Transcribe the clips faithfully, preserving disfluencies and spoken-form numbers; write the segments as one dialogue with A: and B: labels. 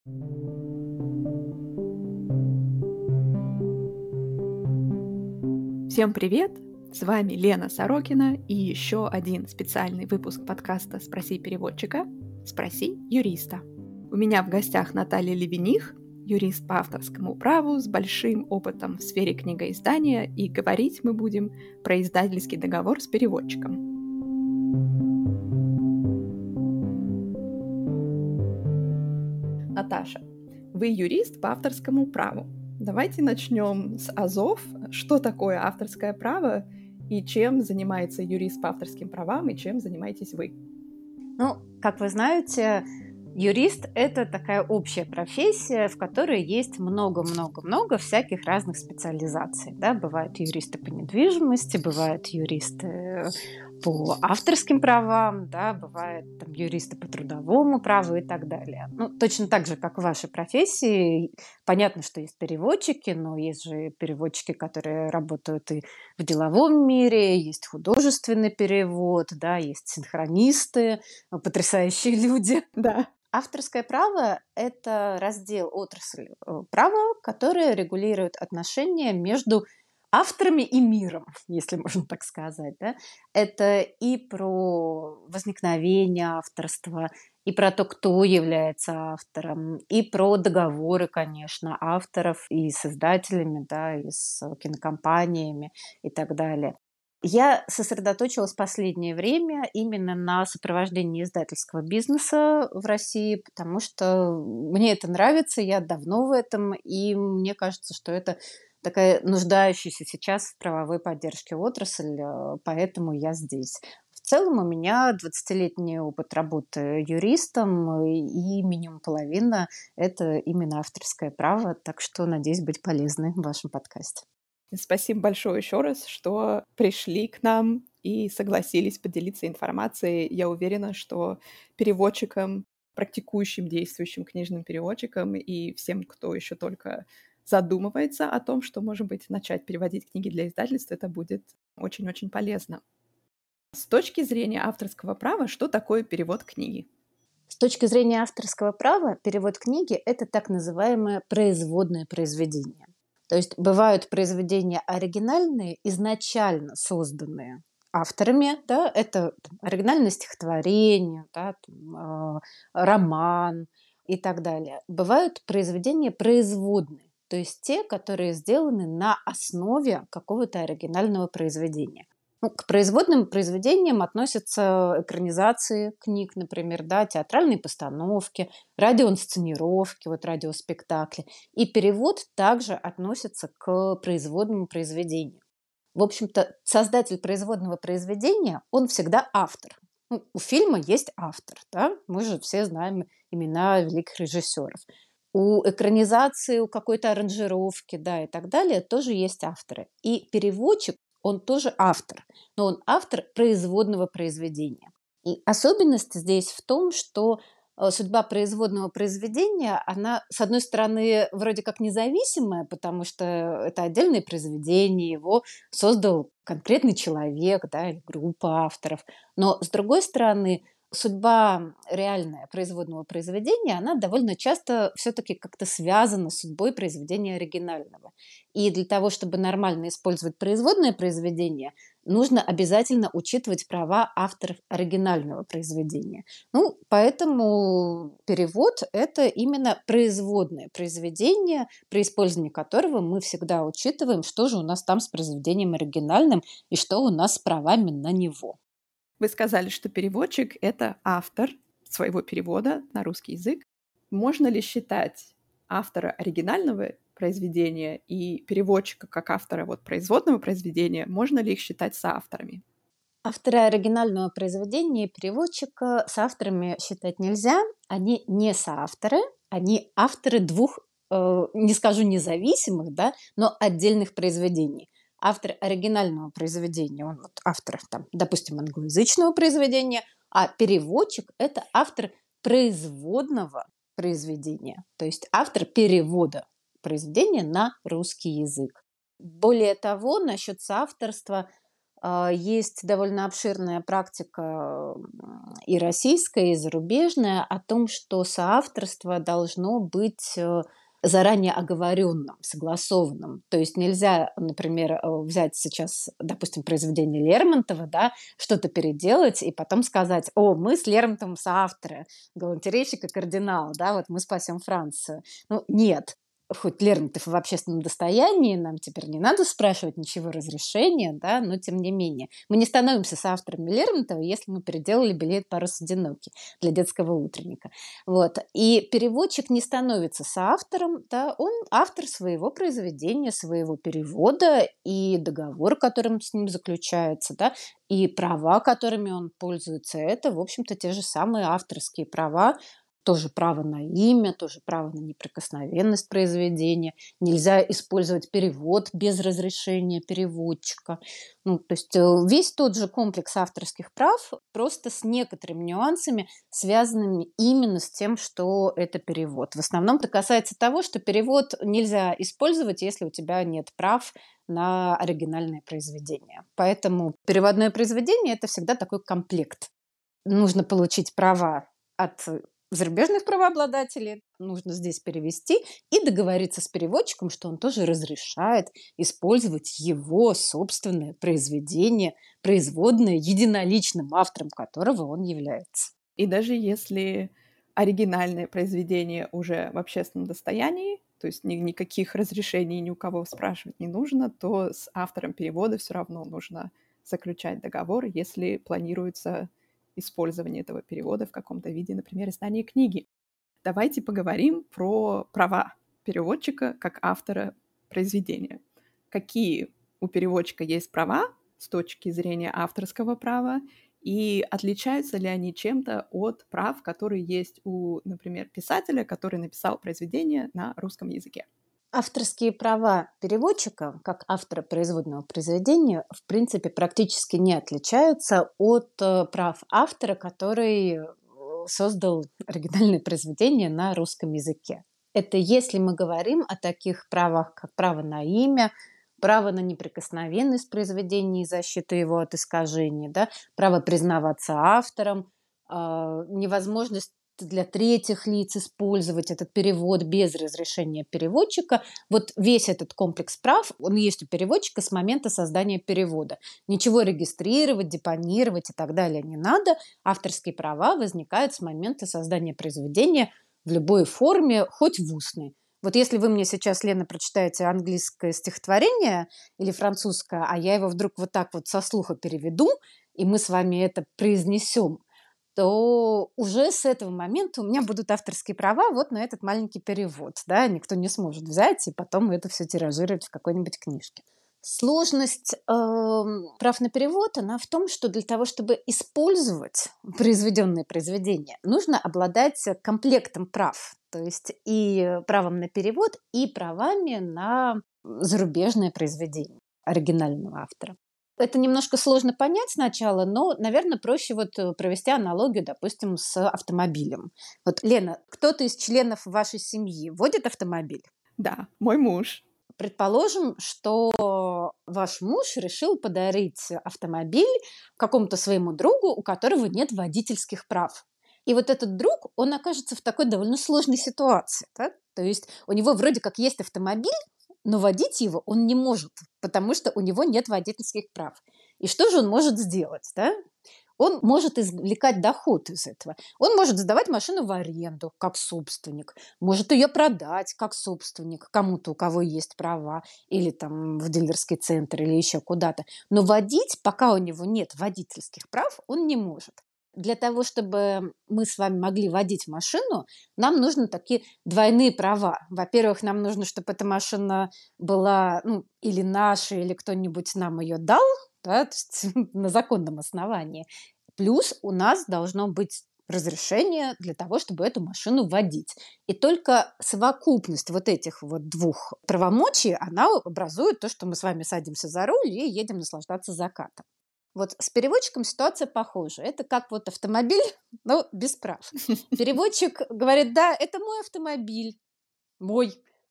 A: Всем привет! С вами Лена Сорокина и еще один специальный выпуск подкаста «Спроси переводчика. Спроси юриста». У меня в гостях Наталья Левиних, юрист по авторскому праву с большим опытом в сфере книгоиздания, и говорить мы будем про издательский договор с переводчиком. Наташа, вы юрист по авторскому праву. Давайте начнем с азов. Что такое авторское право и чем занимается юрист по авторским правам и чем занимаетесь вы?
B: Ну, как вы знаете, юрист – это такая общая профессия, в которой есть много-много-много всяких разных специализаций. Да? Бывают юристы по недвижимости, бывают юристы по авторским правам, да? Бывают там, юристы по трудовому праву и так далее. Ну, точно так же, как в вашей профессии. Понятно, что есть переводчики, но есть же переводчики, которые работают и в деловом мире, есть художественный перевод, да? Есть синхронисты, потрясающие люди.
A: Да.
B: Авторское право – это раздел отрасли права, который регулирует отношения между авторами и миром, если можно так сказать. Да? Это и про возникновение авторства, и про то, кто является автором, и про договоры, конечно, авторов и с издателями, да, и с кинокомпаниями и так далее. Я сосредоточилась в последнее время именно на сопровождении издательского бизнеса в России, потому что мне это нравится, я давно в этом, и мне кажется, что это такая нуждающаяся сейчас в правовой поддержке отрасль, поэтому я здесь. В целом у меня двадцатилетний опыт работы юристом, и минимум половина – это именно авторское право, так что надеюсь быть полезной в вашем подкасте.
A: Спасибо большое еще раз, что пришли к нам и согласились поделиться информацией. Я уверена, что переводчикам, практикующим, действующим книжным переводчикам и всем, кто еще только задумывается о том, что, может быть, начать переводить книги для издательства, это будет очень-очень полезно. С точки зрения авторского права, что такое перевод книги?
B: С точки зрения авторского права, перевод книги – это так называемое производное произведение. То есть бывают произведения оригинальные, изначально созданные авторами, да, это там, оригинальное стихотворение, да, там, э, роман и так далее. Бывают произведения производные, то есть те, которые сделаны на основе какого-то оригинального произведения. Ну, к производным произведениям относятся экранизации книг, например, да, театральные постановки, радиоинсценировки, вот радиоспектакли. И перевод также относится к производному произведению. В общем-то, создатель производного произведения, он всегда автор. Ну, у фильма есть автор, да? Мы же все знаем имена великих режиссеров. У экранизации, у какой-то аранжировки, да, и так далее тоже есть авторы. И переводчик, он тоже автор, но он автор производного произведения. И особенность здесь в том, что судьба производного произведения, она, с одной стороны, вроде как независимая, потому что это отдельное произведение, его создал конкретный человек, да, или группа авторов. Но, с другой стороны, судьба реальная производного произведения, она довольно часто все-таки как-то связана с судьбой произведения оригинального. И для того, чтобы нормально использовать производное произведение, нужно обязательно учитывать права авторов оригинального произведения. Ну, поэтому перевод – это именно производное произведение, при использовании которого мы всегда учитываем, что же у нас там с произведением оригинальным и что у нас с правами на него.
A: Вы сказали, что переводчик – это автор своего перевода на русский язык. Можно ли считать автора оригинального произведения и переводчика как автора вот производного произведения, можно ли их считать соавторами?
B: Автора оригинального произведения и переводчика соавторами считать нельзя. Они не соавторы, они авторы двух, э, не скажу независимых, да, но отдельных произведений. Автор оригинального произведения, он вот автор, там, допустим, англоязычного произведения, а переводчик – это автор производного произведения, то есть автор перевода произведения на русский язык. Более того, насчет соавторства А, Есть довольно обширная практика м, и российская, и зарубежная о том, что соавторство должно быть э, заранее оговоренным, согласованным. То есть нельзя, например, э, взять сейчас, допустим, произведение Лермонтова, да, что-то переделать и потом сказать: о, мы с Лермонтовым соавторы, галантерейщик и кардинал, да, вот мы спасем Францию. Ну, нет. Хоть Лермонтов в общественном достоянии, нам теперь не надо спрашивать ничего разрешения, да, но тем не менее. Мы не становимся соавторами Лермонтова, если мы переделали билет «Парус одинокий» для детского утренника. Вот. И переводчик не становится соавтором, да, он автор своего произведения, своего перевода, и договор, которым с ним заключается, да, и права, которыми он пользуется, это, в общем-то, те же самые авторские права, тоже право на имя, тоже право на неприкосновенность произведения. Нельзя использовать перевод без разрешения переводчика. Ну, то есть э, весь тот же комплекс авторских прав, просто с некоторыми нюансами, связанными именно с тем, что это перевод. В основном это касается того, что перевод нельзя использовать, если у тебя нет прав на оригинальное произведение. Поэтому переводное произведение – это всегда такой комплект. Нужно получить права от зарубежных правообладателей, нужно здесь перевести и договориться с переводчиком, что он тоже разрешает использовать его собственное произведение, производное, единоличным автором которого он является.
A: И даже если оригинальное произведение уже в общественном достоянии, то есть ни- никаких разрешений ни у кого спрашивать не нужно, то с автором перевода все равно нужно заключать договор, если планируется использование этого перевода в каком-то виде, например, издание книги. Давайте поговорим про права переводчика как автора произведения. Какие у переводчика есть права с точки зрения авторского права, и отличаются ли они чем-то от прав, которые есть у, например, писателя, который написал произведение на русском языке?
B: Авторские права переводчика, как автора производного произведения, в принципе, практически не отличаются от э, прав автора, который э, создал оригинальное произведение на русском языке. Это если мы говорим о таких правах, как право на имя, право на неприкосновенность произведения и защиту его от искажений, да, право признаваться автором, а, невозможность для третьих лиц использовать этот перевод без разрешения переводчика. Вот весь этот комплекс прав, он есть у переводчика с момента создания перевода. Ничего регистрировать, депонировать и так далее не надо. Авторские права возникают с момента создания произведения в любой форме, хоть в устной. Вот если вы мне сейчас, Лена, прочитаете английское стихотворение или французское, а я его вдруг вот так вот со слуха переведу, и мы с вами это произнесем, то уже с этого момента у меня будут авторские права вот на этот маленький перевод. Да? Никто не сможет взять и потом это все тиражировать в какой-нибудь книжке. Сложность эм, прав на перевод, она в том, что для того, чтобы использовать произведенное произведение, нужно обладать комплектом прав. То есть и правом на перевод, и правами на зарубежное произведение оригинального автора. Это немножко сложно понять сначала, но, наверное, проще вот э, провести аналогию, допустим, с автомобилем. Вот, Лена, кто-то из членов вашей семьи водит автомобиль?
A: Да, мой муж.
B: Предположим, что ваш муж решил подарить автомобиль какому-то своему другу, у которого нет водительских прав. И вот этот друг, он окажется в такой довольно сложной ситуации. Да? То есть у него вроде как есть автомобиль, но водить его он не может, потому что у него нет водительских прав. И что же он может сделать? Да? Он может извлекать доход из этого. Он может сдавать машину в аренду как собственник, может ее продать как собственник кому-то, у кого есть права, или там в дилерский центр, или еще куда-то. Но водить, пока у него нет водительских прав, он не может. Для того, чтобы мы с вами могли водить машину, нам нужны такие двойные права. Во-первых, нам нужно, чтобы эта машина была, ну, или наша, или кто-нибудь нам ее дал, да, то есть на законном основании. Плюс у нас должно быть разрешение для того, чтобы эту машину водить. И только совокупность вот этих вот двух правомочий, она образует то, что мы с вами садимся за руль и едем наслаждаться закатом. Вот с переводчиком ситуация похожа. Это как вот автомобиль, но без прав. Переводчик говорит: да, это мой автомобиль, мой.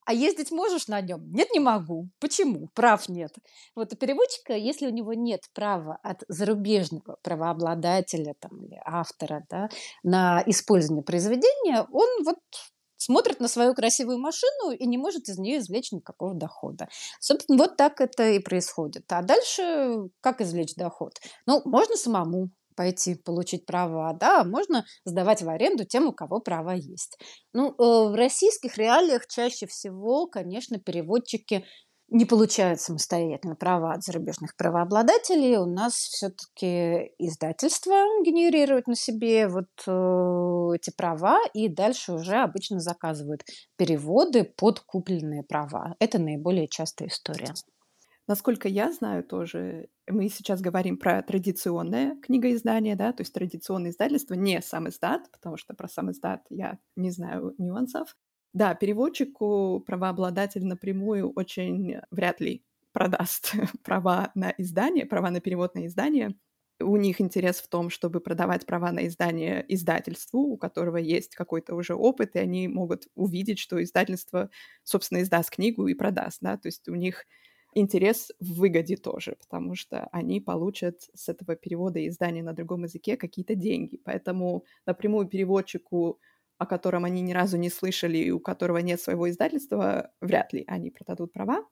B: А ездить можешь на нем? Нет, не могу. Почему? Прав нет. Вот у переводчика, если у него нет права от зарубежного правообладателя там, или автора, да, на использование произведения, он вот смотрит на свою красивую машину и не может из нее извлечь никакого дохода. Собственно, вот так это и происходит. А дальше как извлечь доход? Ну, можно самому пойти получить права, да, а можно сдавать в аренду тем, у кого права есть. Ну, э, в российских реалиях чаще всего, конечно, переводчики не получают самостоятельно права от зарубежных правообладателей. У нас все-таки издательство генерирует на себе вот э, эти права и дальше уже обычно заказывают переводы под купленные права. Это наиболее частая история.
A: Насколько я знаю тоже, мы сейчас говорим про традиционное книгоиздание, да, то есть традиционное издательство, не сам издат, потому что про сам издат я не знаю нюансов. Да, переводчику правообладатель напрямую очень вряд ли продаст права на издание, права на перевод на издание. У них интерес в том, чтобы продавать права на издание издательству, у которого есть какой-то уже опыт, и они могут увидеть, что издательство, собственно, издаст книгу и продаст, да, то есть у них интерес в выгоде тоже, потому что они получат с этого перевода и издания на другом языке какие-то деньги. Поэтому напрямую переводчику, о котором они ни разу не слышали и у которого нет своего издательства, вряд ли они продадут права.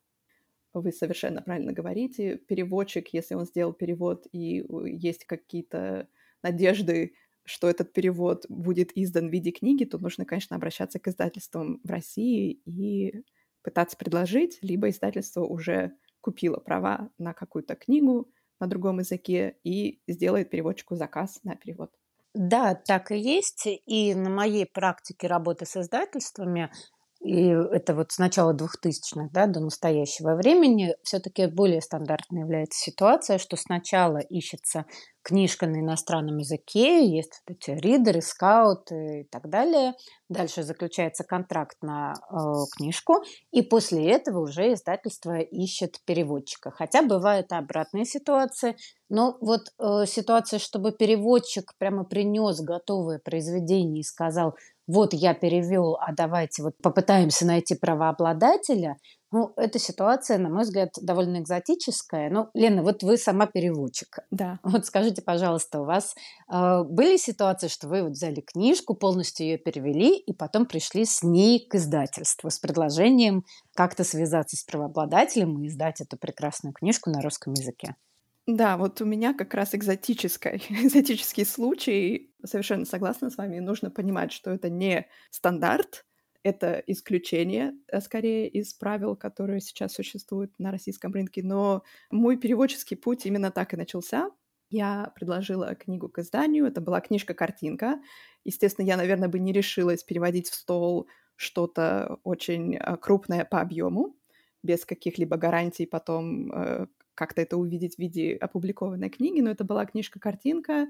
A: Вы совершенно правильно говорите. Переводчик, если он сделал перевод и есть какие-то надежды, что этот перевод будет издан в виде книги, то нужно, конечно, обращаться к издательствам в России и пытаться предложить, либо издательство уже купило права на какую-то книгу на другом языке и сделает переводчику заказ на перевод.
B: Да, так и есть. И на моей практике работы с издательствами, и это вот с начала двухтысячных, да, до настоящего времени, все-таки более стандартной является ситуация, что сначала ищется книжка на иностранном языке, есть вот эти ридеры, скауты и так далее. Дальше заключается контракт на э, книжку, и после этого уже издательство ищет переводчика. Хотя бывает и обратная ситуация. Но вот э, ситуация, чтобы переводчик прямо принес готовое произведение и сказал: вот я перевел, а давайте вот попытаемся найти правообладателя. Ну, эта ситуация, на мой взгляд, довольно экзотическая. Ну, Лена, вот вы сама переводчик.
A: Да.
B: Вот скажите, пожалуйста, у вас э, были ситуации, что вы вот взяли книжку, полностью ее перевели, и потом пришли с ней к издательству с предложением как-то связаться с правообладателем и издать эту прекрасную книжку на русском языке?
A: Да, вот у меня как раз экзотический, экзотический случай. Совершенно согласна с вами. Нужно понимать, что это не стандарт, это исключение, э, скорее, из правил, которые сейчас существуют на российском рынке. Но мой переводческий путь именно так и начался. Я предложила книгу к изданию. Это была книжка-картинка. Естественно, я, наверное, бы не решилась переводить в стол что-то очень э, крупное по объему, без каких-либо гарантий потом э, как-то это увидеть в виде опубликованной книги, но это была книжка-картинка.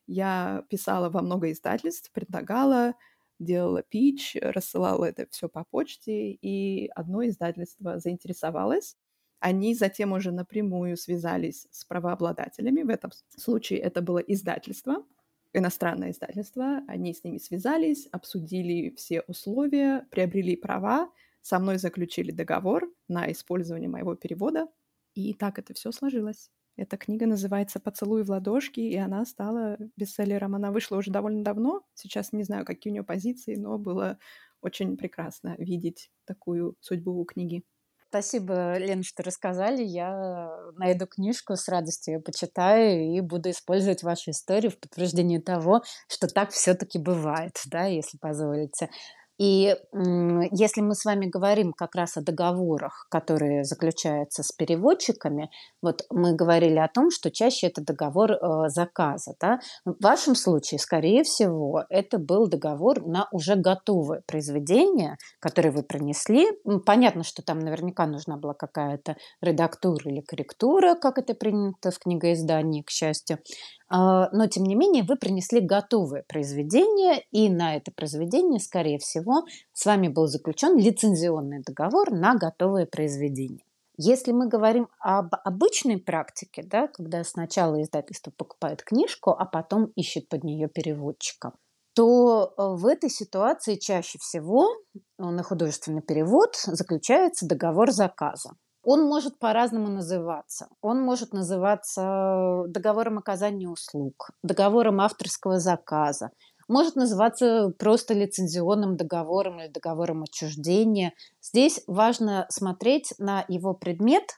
A: Я писала во много издательств, предлагала, делала пич, рассылала это все по почте, и одно издательство заинтересовалось. Они затем уже напрямую связались с правообладателями. В этом случае это было издательство, иностранное издательство. Они с ними связались, обсудили все условия, приобрели права, со мной заключили договор на использование моего перевода. И так это все сложилось. Эта книга называется «Поцелуй в ладошки», и она стала бестселлером. Она вышла уже довольно давно. Сейчас не знаю, какие у нее позиции, но было очень прекрасно видеть такую судьбу у книги.
B: Спасибо, Лена, что рассказали. Я найду книжку, с радостью ее почитаю и буду использовать вашу историю в подтверждение того, что так все-таки бывает, да, если позволите. И м, если мы с вами говорим как раз о договорах, которые заключаются с переводчиками, вот мы говорили о том, что чаще это договор э, заказа, да. В вашем случае, скорее всего, это был договор на уже готовое произведение, которое вы принесли. М, Понятно, что там наверняка нужна была какая-то редактура или корректура, как это принято в книгоиздании, к счастью. А, Но, тем не менее, вы принесли готовое произведение, и на это произведение, скорее всего, с вами был заключен лицензионный договор на готовое произведение. Если мы говорим об обычной практике, да, когда сначала издательство покупает книжку, а потом ищет под нее переводчика, то э, в этой ситуации чаще всего э, на художественный перевод заключается договор заказа. Он может по-разному называться. Он может называться договором оказания услуг, договором авторского заказа, может называться просто лицензионным договором или договором отчуждения. Здесь важно смотреть на его предмет,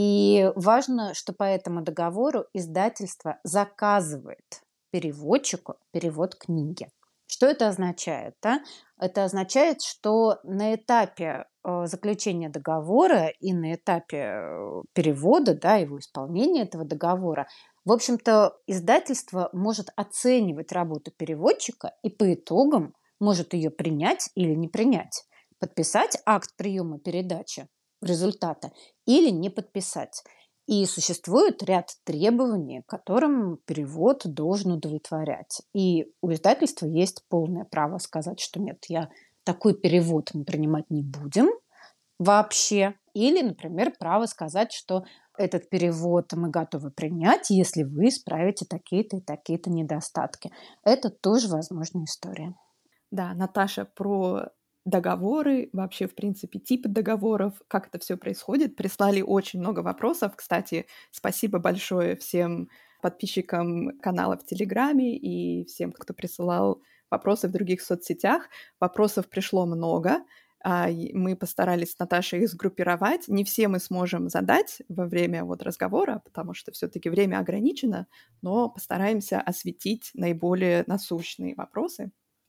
B: и важно, что по этому договору издательство заказывает переводчику перевод книги. Что это означает? Да? Это означает, что на этапе э, заключения договора и на этапе э, перевода, да, его исполнения этого договора, в общем-то, издательство может оценивать работу переводчика и по итогам может ее принять или не принять, подписать акт приема передачи результата или не подписать. И существует ряд требований, которым перевод должен удовлетворять. И у издательства есть полное право сказать, что нет, я такой перевод мы принимать не будем вообще. Или, например, право сказать, что этот перевод мы готовы принять, если вы исправите такие-то и такие-то недостатки. Это тоже возможная история.
A: Да, Наташа, про договоры, вообще, в принципе, типы договоров, как это все происходит. Прислали очень много вопросов. Кстати, спасибо большое всем подписчикам канала в Телеграме и всем, кто присылал вопросы в других соцсетях. Вопросов пришло много. А, и Мы постарались с Наташей их сгруппировать. Не все мы сможем задать во время вот разговора, потому что все-таки время ограничено, но постараемся осветить наиболее насущные вопросы.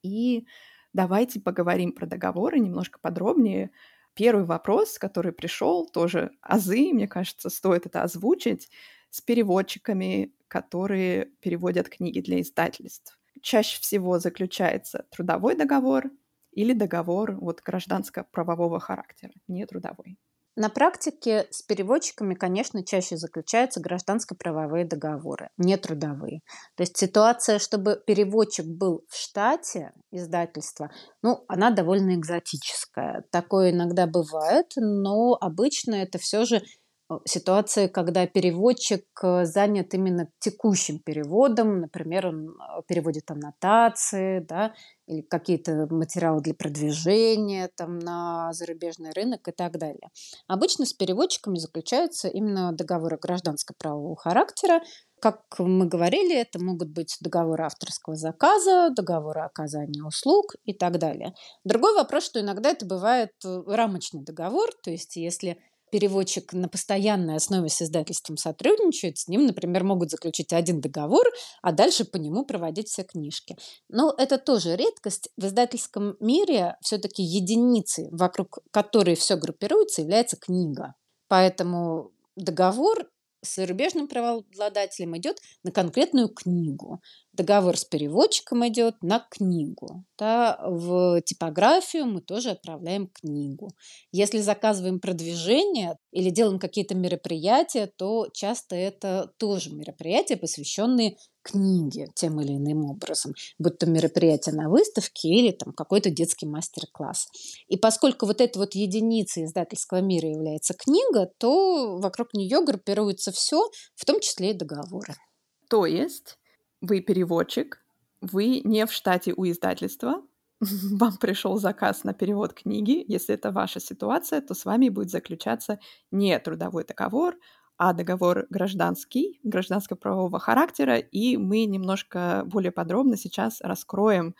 A: И давайте поговорим про договоры немножко подробнее. Первый вопрос, который пришел, тоже азы, мне кажется, стоит это озвучить, с переводчиками, которые переводят книги для издательств. Чаще всего заключается трудовой договор или договор вот гражданско-правового характера, не трудовой.
B: На практике с переводчиками, конечно, чаще заключаются гражданско-правовые договоры, не трудовые. То есть ситуация, чтобы переводчик был в штате издательства, ну, она довольно экзотическая. Такое иногда бывает, но обычно это все же э, ситуация, когда переводчик э, занят именно текущим переводом, например, он э, переводит аннотации, да, или какие-то материалы для продвижения там, на зарубежный рынок и так далее. Обычно с переводчиками заключаются именно договоры гражданско-правового характера. Как мы говорили, это могут быть договоры авторского заказа, договоры оказания услуг и так далее. Другой вопрос, что иногда это бывает э, рамочный договор, то есть если переводчик на постоянной основе с издательством сотрудничает, с ним, например, могут заключить один договор, а дальше по нему проводить все книжки. Но это тоже редкость. В издательском мире все-таки единицей, вокруг которой все группируется, является книга. Поэтому договор с зарубежным правообладателем идет на конкретную книгу. Договор с переводчиком идет на книгу. Да, в типографию мы тоже отправляем книгу. Если заказываем продвижение или делаем какие-то мероприятия, то часто это тоже мероприятия, посвященные книге тем или иным образом, будь то мероприятие на выставке или там какой-то детский мастер-класс. И поскольку вот эта вот единица издательского мира является книга, то вокруг нее группируется все, в том числе и договоры.
A: То есть вы переводчик, вы не в штате у издательства, вам пришел заказ на перевод книги. Если это ваша ситуация, то с вами будет заключаться не трудовой договор, а договор гражданский, гражданско-правового характера, и мы немножко более подробно сейчас раскроем,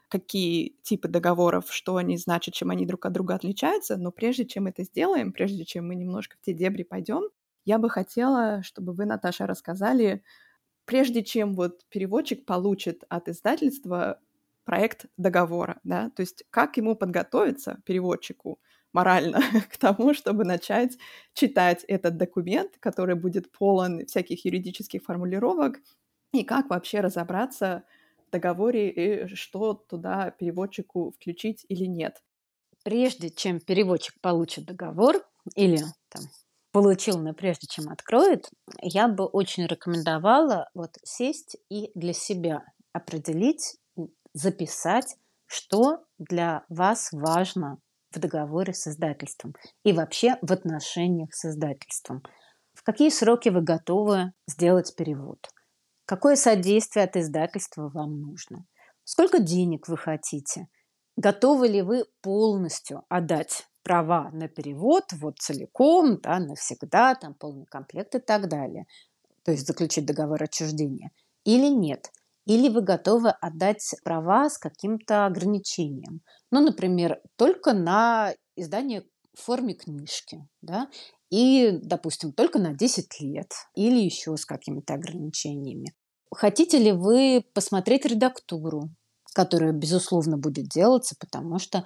A: какие типы договоров, что они значат, чем они друг от друга отличаются. Но прежде чем это сделаем, прежде чем мы немножко в те дебри пойдем, я бы хотела, чтобы вы, Наташа, рассказали, прежде чем вот переводчик получит от издательства проект договора, да, то есть как ему подготовиться, переводчику, морально к тому, чтобы начать читать этот документ, который будет полон всяких юридических формулировок, и как вообще разобраться в договоре и что туда переводчику включить или нет.
B: Прежде чем переводчик получит договор или там, получил, но прежде чем откроет, я бы очень рекомендовала вот сесть и для себя определить, записать, что для вас важно в договоре с издательством и вообще в отношениях с издательством. В какие сроки вы готовы сделать перевод? Какое содействие от издательства вам нужно? сколько денег вы хотите, готовы ли вы полностью отдать права на перевод, вот целиком, да, навсегда, там полный комплект и так далее, то есть заключить договор отчуждения, или нет. Или вы готовы отдать права с каким-то ограничением. Ну, например, только на издание в форме книжки, да, и, допустим, только на десять лет, или еще с какими-то ограничениями. Хотите ли вы посмотреть редактуру, которая, безусловно, будет делаться, потому что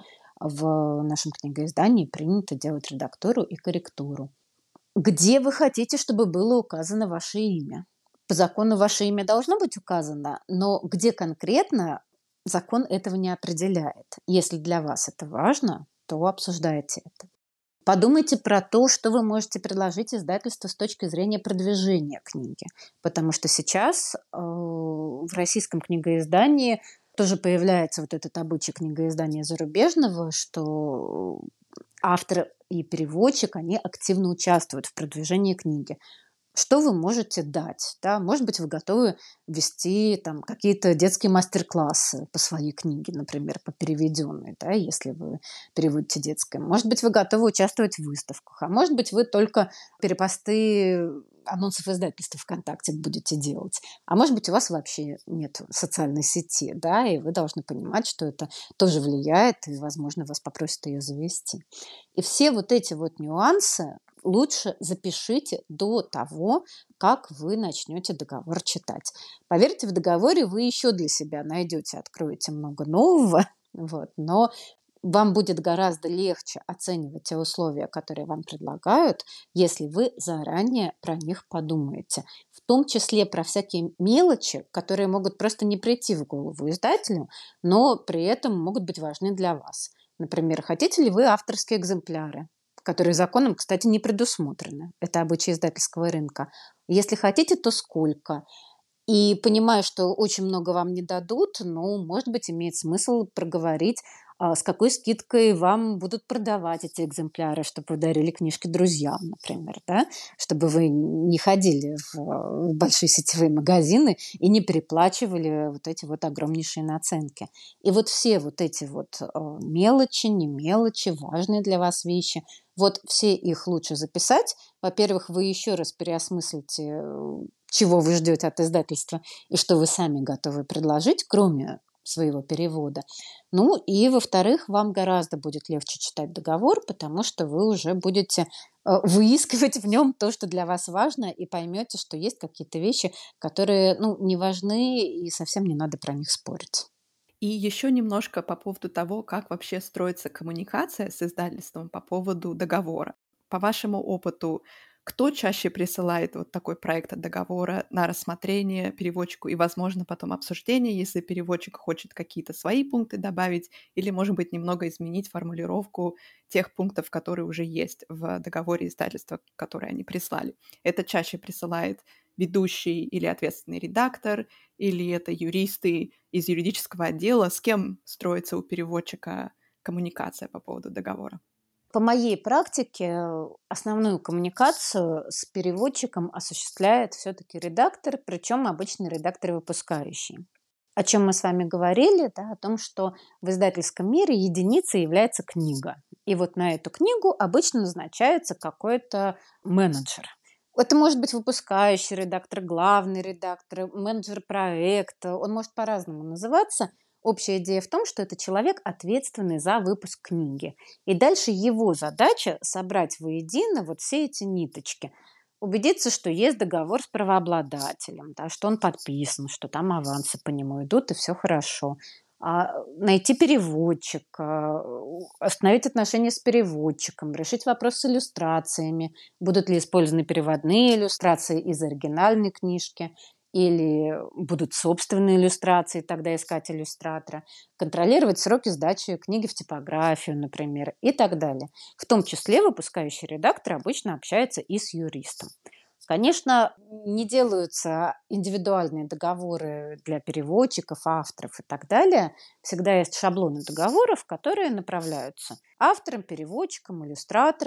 B: в нашем книгоиздании принято делать редактуру и корректуру. Где вы хотите, чтобы было указано ваше имя? По закону ваше имя должно быть указано, но где конкретно, закон этого не определяет. Если для вас это важно, то обсуждайте это. Подумайте про то, что вы можете предложить издательству с точки зрения продвижения книги. Потому что сейчас э, в российском книгоиздании тоже появляется вот этот обычай книгоиздания зарубежного, что автор и переводчик, они активно участвуют в продвижении книги. Что вы можете дать? Да? Может быть, вы готовы вести там, какие-то детские мастер-классы по своей книге, например, по переведенной, да, если вы переводите детское. Может быть, вы готовы участвовать в выставках. А может быть, вы только перепосты анонсов издательства ВКонтакте будете делать. А может быть, у вас вообще нет социальной сети, да, и вы должны понимать, что это тоже влияет, и, возможно, вас попросят ее завести. И все вот эти вот нюансы лучше запишите до того, как вы начнете договор читать. Поверьте, в договоре вы еще для себя найдете, откроете много нового, вот, но вам будет гораздо легче оценивать те условия, которые вам предлагают, если вы заранее про них подумаете. В том числе про всякие мелочи, которые могут просто не прийти в голову издателю, но при этом могут быть важны для вас. Например, хотите ли вы авторские экземпляры, которые законом, кстати, не предусмотрены. Это обычай издательского рынка. Если хотите, то сколько? И понимаю, что очень много вам не дадут, но, может быть, имеет смысл проговорить, с какой скидкой вам будут продавать эти экземпляры, чтобы вы дарили книжки друзьям, например, да? Чтобы вы не ходили в большие сетевые магазины и не переплачивали вот эти вот огромнейшие наценки. И вот все вот эти вот мелочи, не мелочи, важные для вас вещи, вот все их лучше записать. Во-первых, вы еще раз переосмыслите, чего вы ждете от издательства и что вы сами готовы предложить, кроме своего перевода. Ну и, во-вторых, вам гораздо будет легче читать договор, потому что вы уже будете выискивать в нем то, что для вас важно, и поймете, что есть какие-то вещи, которые, ну, не важны, и совсем не надо про них спорить.
A: И еще немножко по поводу того, как вообще строится коммуникация с издательством по поводу договора. По вашему опыту, кто чаще присылает вот такой проект договора на рассмотрение переводчику и, возможно, потом обсуждение, если переводчик хочет какие-то свои пункты добавить или, может быть, немного изменить формулировку тех пунктов, которые уже есть в договоре издательства, которые они прислали? Это чаще присылает ведущий или ответственный редактор, или это юристы из юридического отдела? С кем строится у переводчика коммуникация по поводу договора?
B: По моей практике основную коммуникацию с переводчиком осуществляет все-таки редактор, причем обычный редактор выпускающий. О чем мы с вами говорили, да, о том, что в издательском мире единицей является книга. И вот на эту книгу обычно назначается какой-то менеджер. Это может быть выпускающий редактор, главный редактор, менеджер проекта. Он может по-разному называться. Общая идея в том, что это человек, ответственный за выпуск книги. И дальше его задача собрать воедино вот все эти ниточки. Убедиться, что есть договор с правообладателем, да, что он подписан, что там авансы по нему идут, и все хорошо. А найти переводчика, остановить отношения с переводчиком, решить вопрос с иллюстрациями, будут ли использованы переводные иллюстрации из оригинальной книжки, или будут собственные иллюстрации, тогда искать иллюстратора, контролировать сроки сдачи книги в типографию, например, и так далее. В том числе выпускающий редактор обычно общается и с юристом. Конечно, не делаются индивидуальные договоры для переводчиков, авторов и так далее. Всегда есть шаблоны договоров, которые направляются авторам, переводчикам, иллюстраторам.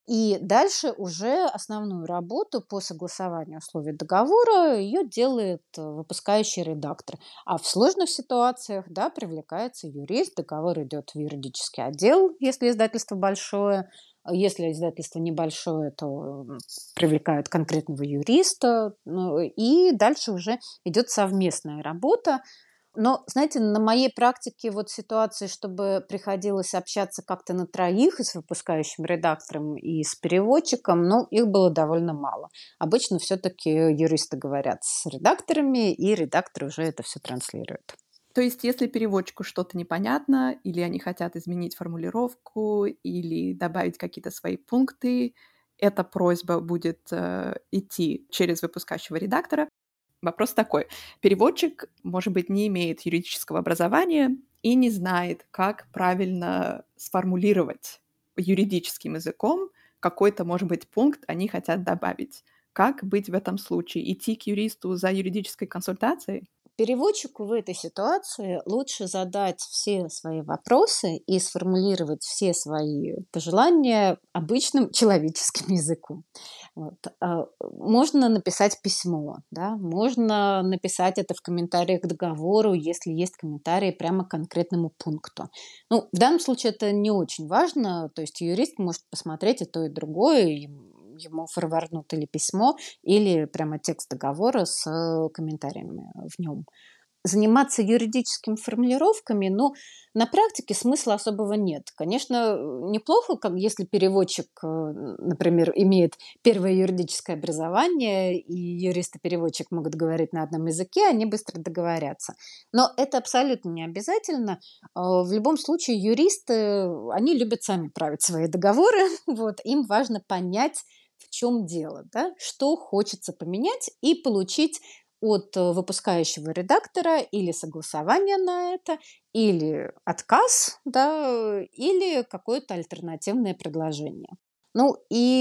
B: И дальше уже основную работу по согласованию условий договора ее делает э, выпускающий редактор. А в сложных ситуациях, да, привлекается юрист, договор идет в юридический отдел, если издательство большое. А если издательство небольшое, то м, привлекают конкретного юриста. Ну, и дальше уже идет совместная работа. Но, знаете, на моей практике вот ситуации, чтобы приходилось общаться как-то на троих и с выпускающим редактором, и с переводчиком, ну, их было довольно мало. Обычно все-таки юристы говорят с редакторами, и редакторы уже это все транслируют.
A: То есть, если переводчику что-то непонятно, или они хотят изменить формулировку, или добавить какие-то свои пункты, эта просьба будет э, идти через выпускающего редактора. Вопрос такой. Переводчик, может быть, не имеет юридического образования и не знает, как правильно сформулировать юридическим языком какой-то, может быть, пункт они хотят добавить. Как быть в этом случае? Идти к юристу за юридической консультацией?
B: Переводчику в этой ситуации лучше задать все свои вопросы и сформулировать все свои пожелания обычным человеческим языком. Вот. А, Можно написать письмо, да? Можно написать это в комментариях к договору, если есть комментарии прямо к конкретному пункту. Ну, в данном случае это не очень важно, то есть юрист может посмотреть и то, и другое, и ему форварднут или письмо, или прямо текст договора с э, комментариями в нем. Заниматься юридическими формулировками, ну, на практике смысла особого нет. Конечно, неплохо, как если переводчик, э, например, имеет первое юридическое образование, и юрист и переводчик могут говорить на одном языке, они быстро договорятся. Но это абсолютно не обязательно. Э, В любом случае, юристы, они любят сами править свои договоры. Вот, им важно понять, в чем дело, да, что хочется поменять и получить от э, выпускающего редактора или согласование на это, или отказ, да, или какое-то альтернативное предложение. Ну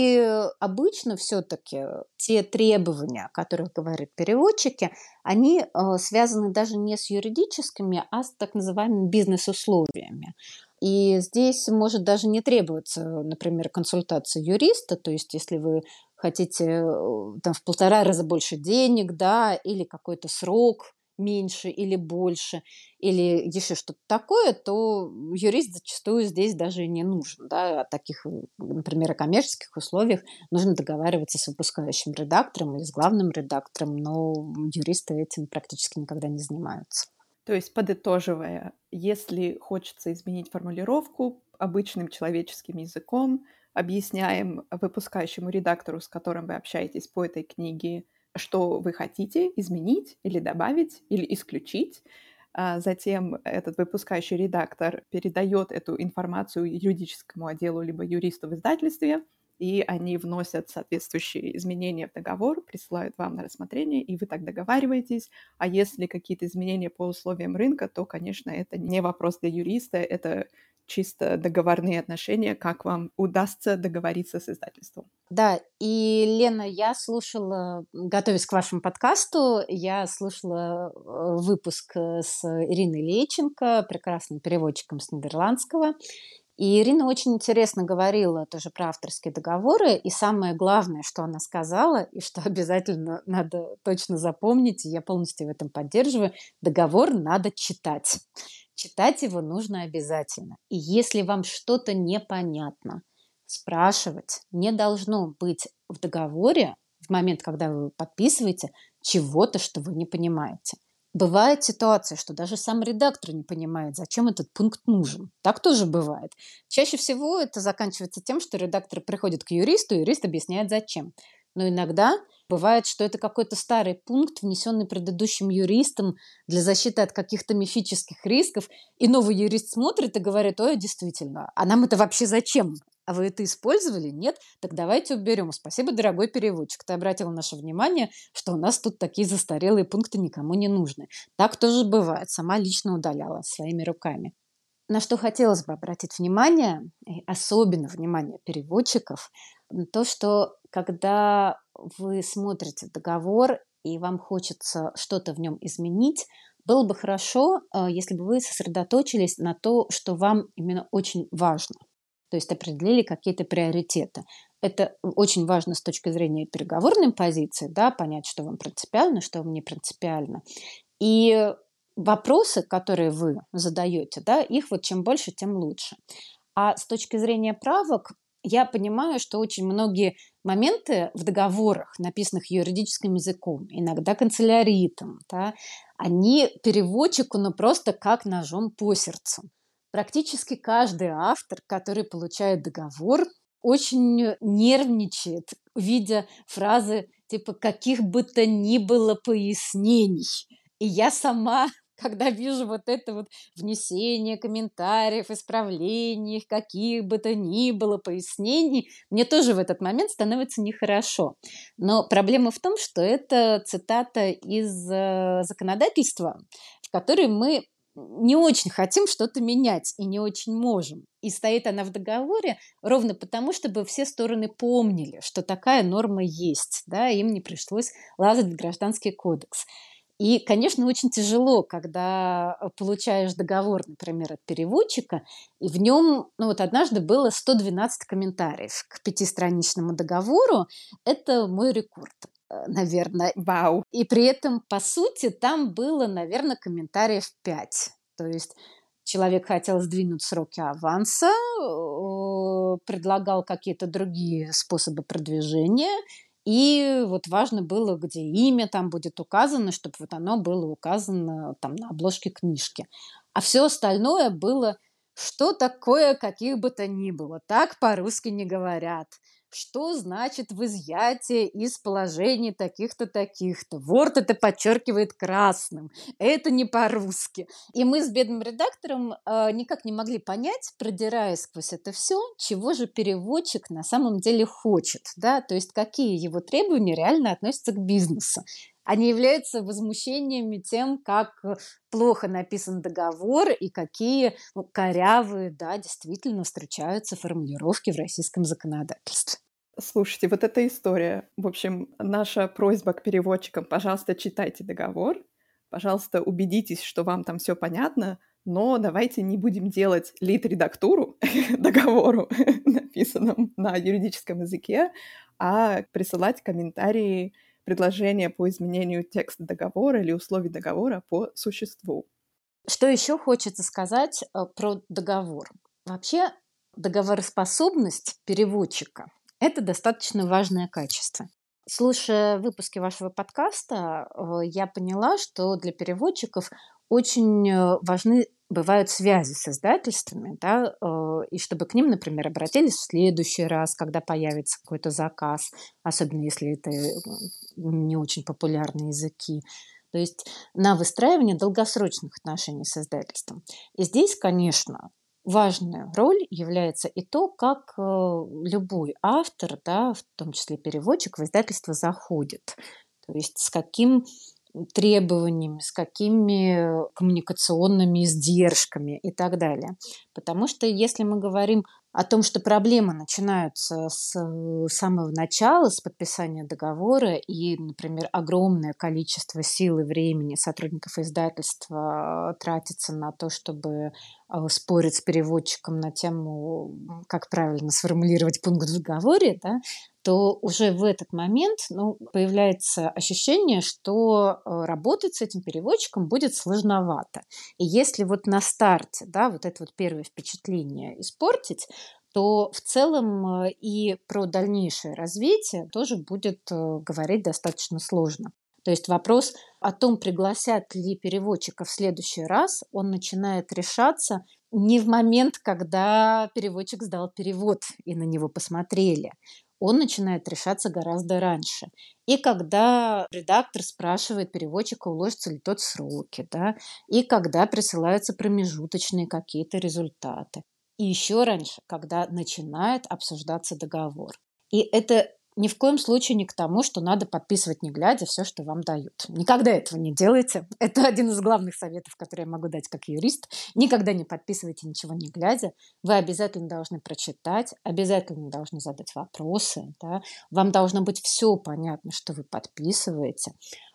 B: и обычно все-таки те требования, о которых говорят переводчики, они э, связаны даже не с юридическими, а с так называемыми бизнес-условиями. И здесь может даже не требоваться, например, консультация юриста, то есть если вы хотите э, там, в полтора раза больше денег, да, или какой-то срок меньше или больше, или еще что-то такое, то юрист зачастую здесь даже и не нужен. Да. О таких, э, например, о коммерческих условиях нужно договариваться с выпускающим редактором или с главным редактором, но юристы этим практически никогда не занимаются.
A: То есть, подытоживая, если хочется изменить формулировку обычным человеческим языком, объясняем выпускающему редактору, с которым вы общаетесь по этой книге, что вы хотите изменить или добавить, или исключить. А затем этот выпускающий редактор передает эту информацию юридическому отделу либо юристу в издательстве, и они вносят соответствующие изменения в договор, присылают вам на рассмотрение, и вы так договариваетесь. А если какие-то изменения по условиям рынка, то, конечно, это не вопрос для юриста, это чисто договорные отношения, как вам удастся договориться с издательством.
B: Да, и, Лена, я слушала, готовясь к вашему подкасту, я слушала э, выпуск э, с Ириной Лейченко, прекрасным переводчиком с нидерландского. И Ирина очень интересно говорила тоже про авторские договоры. И самое главное, что она сказала, и что обязательно надо точно запомнить, и я полностью в этом поддерживаю, договор надо читать. Читать его нужно обязательно. И если вам что-то непонятно, спрашивать не должно быть в договоре в момент, когда вы подписываете, чего-то, что вы не понимаете. Бывает ситуация, что даже сам редактор не понимает, зачем этот пункт нужен. Так тоже бывает. Чаще всего это заканчивается тем, что редактор приходит к юристу, и юрист объясняет, зачем. Но иногда бывает, что это какой-то старый пункт, внесенный предыдущим юристом для защиты от каких-то мифических рисков, и новый юрист смотрит и говорит: ой, действительно, а нам это вообще зачем? А вы это использовали? Нет? Так давайте уберем. Спасибо, дорогой переводчик. Ты обратил наше внимание, что у нас тут такие застарелые пункты никому не нужны. Так тоже бывает. Сама лично удаляла своими руками. На что хотелось бы обратить внимание, и особенно внимание переводчиков, на то, что когда вы смотрите договор и вам хочется что-то в нем изменить, было бы хорошо, э, если бы вы сосредоточились на то, что вам именно очень важно. То есть определили какие-то приоритеты. Это очень важно с точки зрения переговорной позиции, да, понять, что вам принципиально, что вам не принципиально. И вопросы, которые вы задаете, да, их вот чем больше, тем лучше. А с точки зрения правок, я понимаю, что очень многие моменты в договорах, написанных юридическим языком, иногда канцеляритом, да, они переводчику ну просто как ножом по сердцу. Практически каждый автор, который получает договор, очень нервничает, видя фразы типа «каких бы то ни было пояснений». И я сама, когда вижу вот это вот внесение комментариев, исправлений, каких бы то ни было пояснений, мне тоже в этот момент становится нехорошо. Но проблема в том, что это цитата из э, законодательства, в которой мы не очень хотим что-то менять и не очень можем. И стоит она в договоре ровно потому, чтобы все стороны помнили, что такая норма есть, да, им не пришлось лазать в Гражданский кодекс. И, конечно, очень тяжело, когда получаешь договор, например, от переводчика, и в нем, ну вот однажды было сто двенадцать комментариев к пятистраничному договору. Это мой рекорд, наверное.
A: Вау!
B: И при этом, по сути, там было, наверное, комментариев пять. То есть человек хотел сдвинуть сроки аванса, предлагал какие-то другие способы продвижения, и вот важно было, где имя там будет указано, чтобы вот оно было указано там на обложке книжки. А все остальное было, что такое каких бы то ни было. Так по-русски не говорят. Что значит в изъятии из положений таких-то, таких-то. Word это подчеркивает красным. Это не по-русски. И мы с бедным редактором э, никак не могли понять, продираясь сквозь это все, чего же переводчик на самом деле хочет. Да? То есть какие его требования реально относятся к бизнесу. Они являются возмущениями тем, как плохо написан договор и какие ну, корявые, да, действительно встречаются формулировки в российском законодательстве.
A: Слушайте, вот эта история. В общем, наша просьба к переводчикам: пожалуйста, читайте договор, пожалуйста, убедитесь, что вам там все понятно, но давайте не будем делать лид-редактуру договору, написанному на юридическом языке, а присылать комментарии, предложения по изменению текста договора или условий договора по существу.
B: Что еще хочется сказать э, про договор? Вообще, договороспособность переводчика – это достаточно важное качество. Слушая выпуски вашего подкаста, э, я поняла, что для переводчиков очень э, важны бывают связи с издательствами, да, э, и чтобы к ним, например, обратились в следующий раз, когда появится какой-то заказ, особенно если это э, не очень популярные языки. То есть на выстраивание долгосрочных отношений с издательством. И здесь, конечно, важная роль является и то, как э, любой автор, да, в том числе переводчик, в издательство заходит. То есть с каким требованиями, с какими коммуникационными издержками и так далее. Потому что если мы говорим о том, что проблемы начинаются с самого начала, с подписания договора, и, например, огромное количество сил и времени сотрудников издательства тратится на то, чтобы спорить с переводчиком на тему, как правильно сформулировать пункт в договоре, да, то уже в этот момент ну, появляется ощущение, что работать с этим переводчиком будет сложновато. И если вот на старте, да, вот это вот первое впечатление испортить, то в целом и про дальнейшее развитие тоже будет говорить достаточно сложно. То есть вопрос о том, пригласят ли переводчика в следующий раз, он начинает решаться не в момент, когда переводчик сдал перевод и на него посмотрели. Он начинает решаться гораздо раньше. И когда редактор спрашивает переводчика, уложится ли тот в сроки, да, и когда присылаются промежуточные какие-то результаты. И еще раньше, когда начинает обсуждаться договор. И это ни в коем случае не к тому, что надо подписывать не глядя все, что вам дают. Никогда этого не делайте. Это один из главных советов, который я могу дать как юрист. Никогда не подписывайте ничего не глядя. Вы обязательно должны прочитать, обязательно должны задать вопросы. Да? Вам должно быть все понятно, что вы подписываете.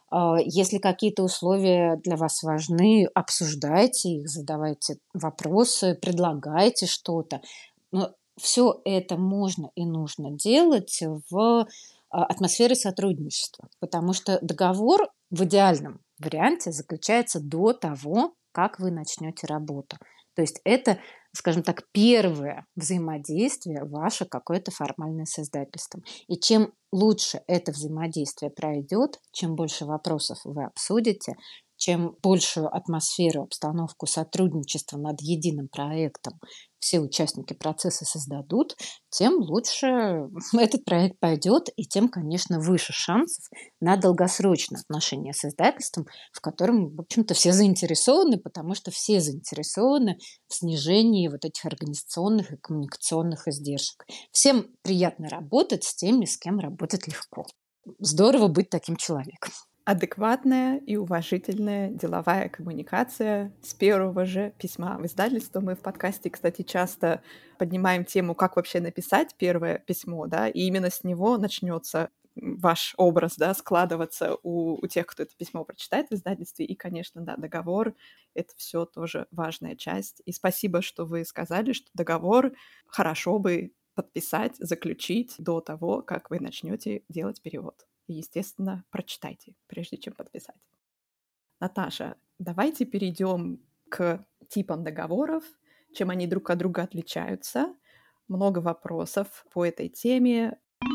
B: Если какие-то условия для вас важны, обсуждайте их, задавайте вопросы, предлагайте что-то. Но все это можно и нужно делать в а, атмосфере сотрудничества, потому что договор в идеальном варианте заключается до того, как вы начнете работу. То есть это, скажем так, первое взаимодействие ваше какое-то формальное с издательством. И чем лучше это взаимодействие пройдет, чем больше вопросов вы обсудите, чем большую атмосферу, обстановку сотрудничества над единым проектом все участники процесса создадут, тем лучше этот проект пойдет, и тем, конечно, выше шансов на долгосрочные отношения с издательством, в котором, в общем-то, все заинтересованы, потому что все заинтересованы в снижении вот этих организационных и коммуникационных издержек. Всем приятно работать с теми, с кем работать легко. Здорово быть таким человеком.
A: Адекватная и уважительная деловая коммуникация с первого же письма в издательство. Мы в подкасте, кстати, часто поднимаем тему, как вообще написать первое письмо, да, и именно с него начнется ваш образ, да, складываться у, у тех, кто это письмо прочитает в издательстве. И, конечно, да, договор — это все тоже важная часть. И спасибо, что вы сказали, что договор хорошо бы подписать, заключить до того, как вы начнете делать перевод. И, естественно, прочитайте, прежде чем подписать. Наташа, давайте перейдем к типам договоров, чем они друг от друга отличаются. Много вопросов по этой теме.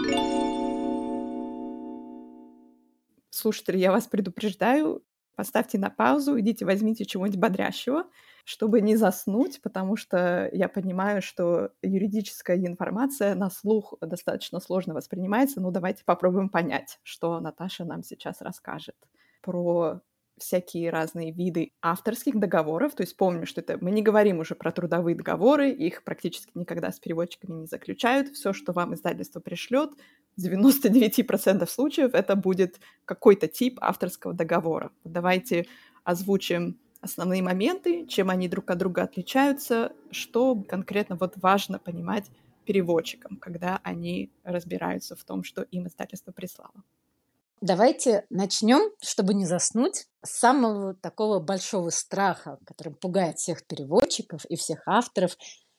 A: Слушатели, я вас предупреждаю, поставьте на паузу, идите возьмите чего-нибудь бодрящего, чтобы не заснуть, потому что я понимаю, что юридическая информация на слух достаточно сложно воспринимается, но давайте попробуем понять, что Наташа нам сейчас расскажет про всякие разные виды авторских договоров. То есть помню, что это мы не говорим уже про трудовые договоры, их практически никогда с переводчиками не заключают. Все, что вам издательство пришлет, в девяноста девяти процентах случаев это будет какой-то тип авторского договора. Давайте озвучим основные моменты, чем они друг от друга отличаются, что конкретно вот важно понимать переводчикам, когда они разбираются в том, что им издательство прислало.
B: Давайте начнем, чтобы не заснуть, с самого такого большого страха, который пугает всех переводчиков и всех авторов.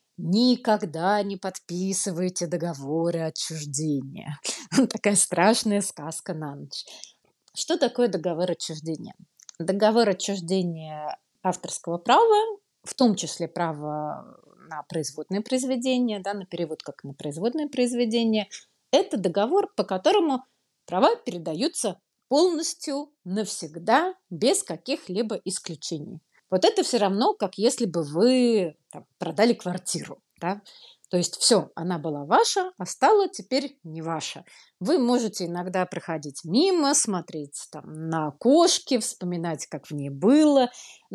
B: Никогда не подписывайте договоры отчуждения. Такая страшная сказка на ночь. Что такое договор отчуждения? Договор отчуждения авторского права, в том числе право на производное произведение, да, на перевод как на производное произведение, это договор, по которому права передаются полностью, навсегда, без каких-либо исключений. Вот это все равно, как если бы вы там, продали квартиру. Да? То есть все, она была ваша, а стала теперь не ваша. Вы можете иногда проходить мимо, смотреть там, на окошки, вспоминать, как в ней было,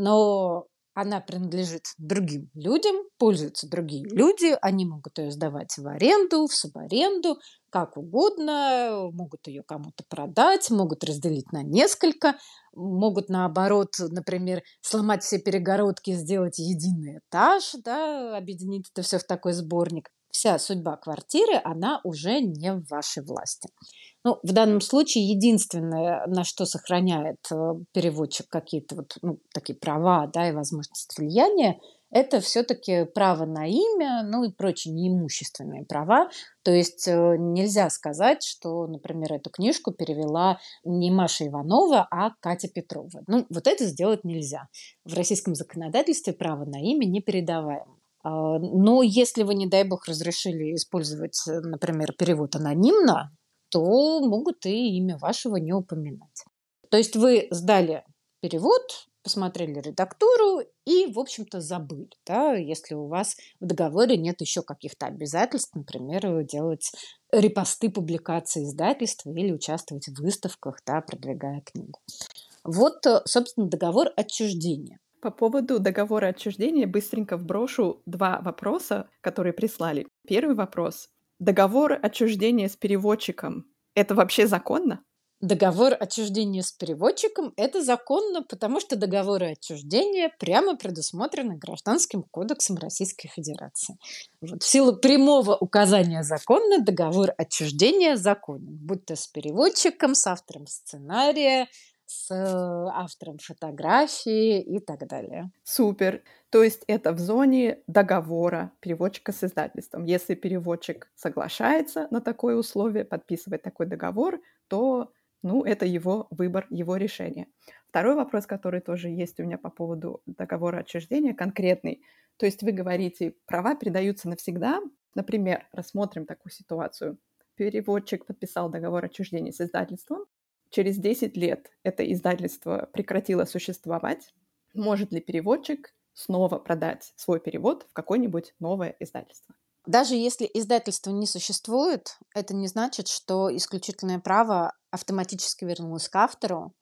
B: но она принадлежит другим людям, пользуются другие люди, они могут ее сдавать в аренду, в субаренду, как угодно, могут ее кому-то продать, могут разделить на несколько, могут, наоборот, например, сломать все перегородки, сделать единый этаж, да, объединить это все в такой сборник. Вся судьба квартиры, она уже не в вашей власти. Ну, в данном случае единственное, на что сохраняет переводчик какие-то вот, ну, такие права, да, и возможность влияния, это все-таки право на имя, ну и прочие неимущественные права. То есть нельзя сказать, что, например, эту книжку перевела не Маша Иванова, а Катя Петрова. Ну, вот это сделать нельзя. В российском законодательстве право на имя не передаваемо. Но если вы, не дай бог, разрешили использовать, например, перевод анонимно, то могут и имя вашего не упоминать. То есть вы сдали перевод, посмотрели редактуру и, в общем-то, забыли, да, если у вас в договоре нет еще каких-то обязательств, например, делать репосты публикаций издательства или участвовать в выставках, да, продвигая книгу. Вот, собственно, договор отчуждения.
A: По поводу договора отчуждения быстренько вброшу два вопроса, которые прислали. Первый вопрос. Договор отчуждения с переводчиком – это вообще законно?
B: Договор отчуждения с переводчиком – это законно, потому что договоры отчуждения прямо предусмотрены Гражданским кодексом Российской Федерации. Вот в силу прямого указания закона договор отчуждения законен, будь то с переводчиком, с автором сценария, с автором фотографии и так далее.
A: Супер. То есть это в зоне договора переводчика с издательством. Если переводчик соглашается на такое условие, подписывает такой договор, то, ну, это его выбор, его решение. Второй вопрос, который тоже есть у меня по поводу договора отчуждения, конкретный. То есть вы говорите, права передаются навсегда. Например, рассмотрим такую ситуацию. Переводчик подписал договор отчуждения с издательством. Через десять лет это издательство прекратило существовать. Может ли переводчик снова продать свой перевод в какое-нибудь новое издательство?
B: Даже если издательство не существует, это не значит, что исключительное право автоматически вернулось к автору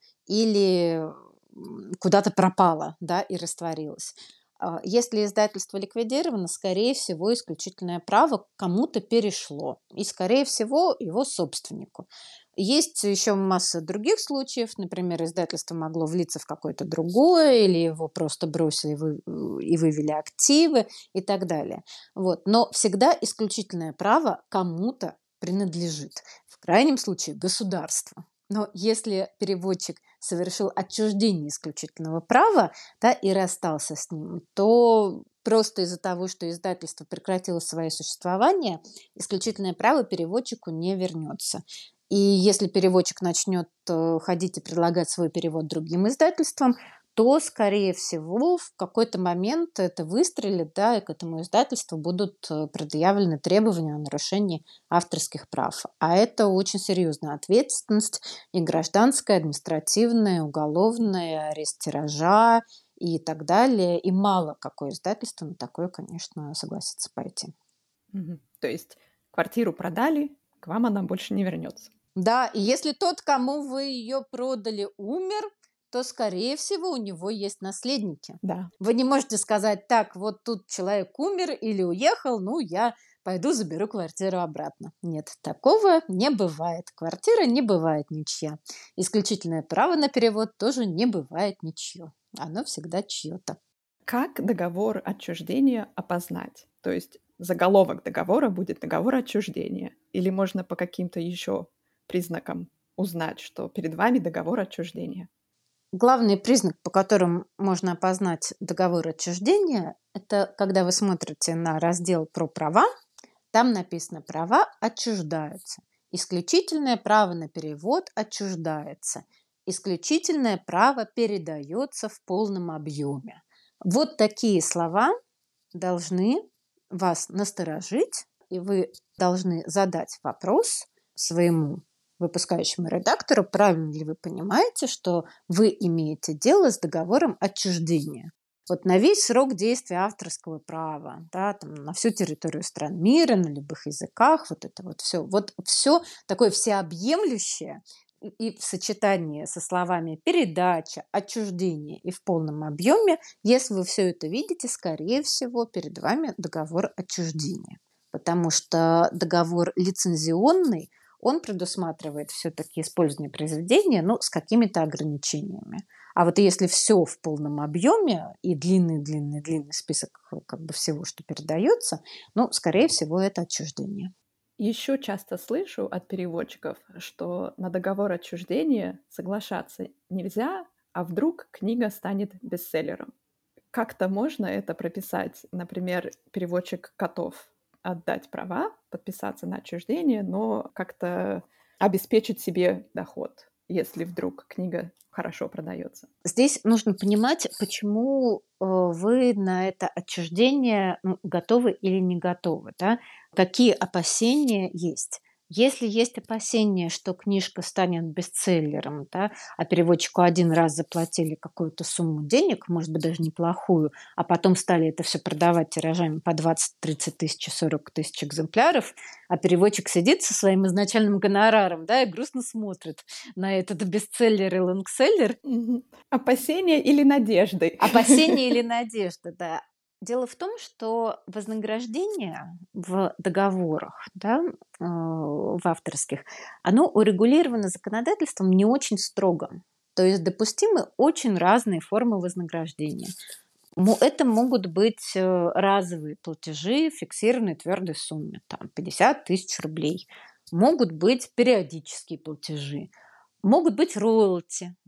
B: или куда-то пропало, да, и растворилось. Если издательство ликвидировано, скорее всего, исключительное право кому-то перешло, и, скорее всего, его собственнику. Есть еще масса других случаев. Например, издательство могло влиться в какое-то другое, или его просто бросили и вывели активы и так далее. Вот. Но всегда исключительное право кому-то принадлежит. В крайнем случае государству. Но если переводчик совершил отчуждение исключительного права, да, и расстался с ним, то просто из-за того, что издательство прекратило свое существование, исключительное право переводчику не вернется. И если переводчик начнет ходить и предлагать свой перевод другим издательствам, то, скорее всего, в какой-то момент это выстрелит, да, и к этому издательству будут предъявлены требования о нарушении авторских прав. А это очень серьезная ответственность и гражданская, административная, уголовная, арест тиража и так далее. И мало какое издательство на такое, конечно, согласится пойти.
A: Угу. То есть квартиру продали, к вам она больше не вернется.
B: Да, и если тот, кому вы ее продали, умер, то, скорее всего, у него есть наследники.
A: Да.
B: Вы не можете сказать, так, вот тут человек умер или уехал, ну, я пойду заберу квартиру обратно. Нет, такого не бывает. Квартира не бывает ничья. Исключительное право на перевод тоже не бывает ничье. Оно всегда чье-то.
A: Как договор отчуждения опознать? То есть заголовок договора будет договор отчуждения? Или можно по каким-то еще признакам узнать, что перед вами договор отчуждения?
B: Главный признак, по которым можно опознать договор отчуждения, это когда вы смотрите на раздел про права, там написано «Права отчуждаются». Исключительное право на перевод отчуждается. Исключительное право передается в полном объеме. Вот такие слова должны вас насторожить, и вы должны задать вопрос своему выпускающему редактору, правильно ли вы понимаете, что вы имеете дело с договором отчуждения. Вот на весь срок действия авторского права, да, там, на всю территорию стран мира, на любых языках, вот это вот все. Вот все такое всеобъемлющее, и в сочетании со словами передача, отчуждение и в полном объеме, если вы все это видите, скорее всего, перед вами договор отчуждения. Потому что договор лицензионный, он предусматривает все-таки использование произведения, но с какими-то ограничениями. А вот если все в полном объеме и длинный-длинный-длинный список как бы всего, что передается, ну, скорее всего, это отчуждение.
A: Еще часто слышу от переводчиков, что на договор отчуждения соглашаться нельзя, а вдруг книга станет бестселлером. Как-то можно это прописать? Например, переводчик готов отдать права, подписаться на отчуждение, но как-то обеспечить себе доход, если вдруг книга хорошо продается.
B: Здесь нужно понимать, почему вы на это отчуждение готовы или не готовы, да? Какие опасения есть. Если есть опасения, что книжка станет бестселлером, да, а переводчику один раз заплатили какую-то сумму денег, может быть, даже неплохую, а потом стали это все продавать тиражами по двадцать, тридцать тысяч, сорок тысяч экземпляров, а переводчик сидит со своим изначальным гонораром, да, и грустно смотрит на этот бестселлер и лонгселлер.
A: Угу. Опасения или надежды?
B: Опасения или надежды, да. Дело в том, что вознаграждение в договорах, да, в авторских, оно урегулировано законодательством не очень строго. То есть допустимы очень разные формы вознаграждения. Это могут быть разовые платежи в фиксированной твердой сумме, там пятьдесят тысяч рублей. Могут быть периодические платежи. Могут быть роялти.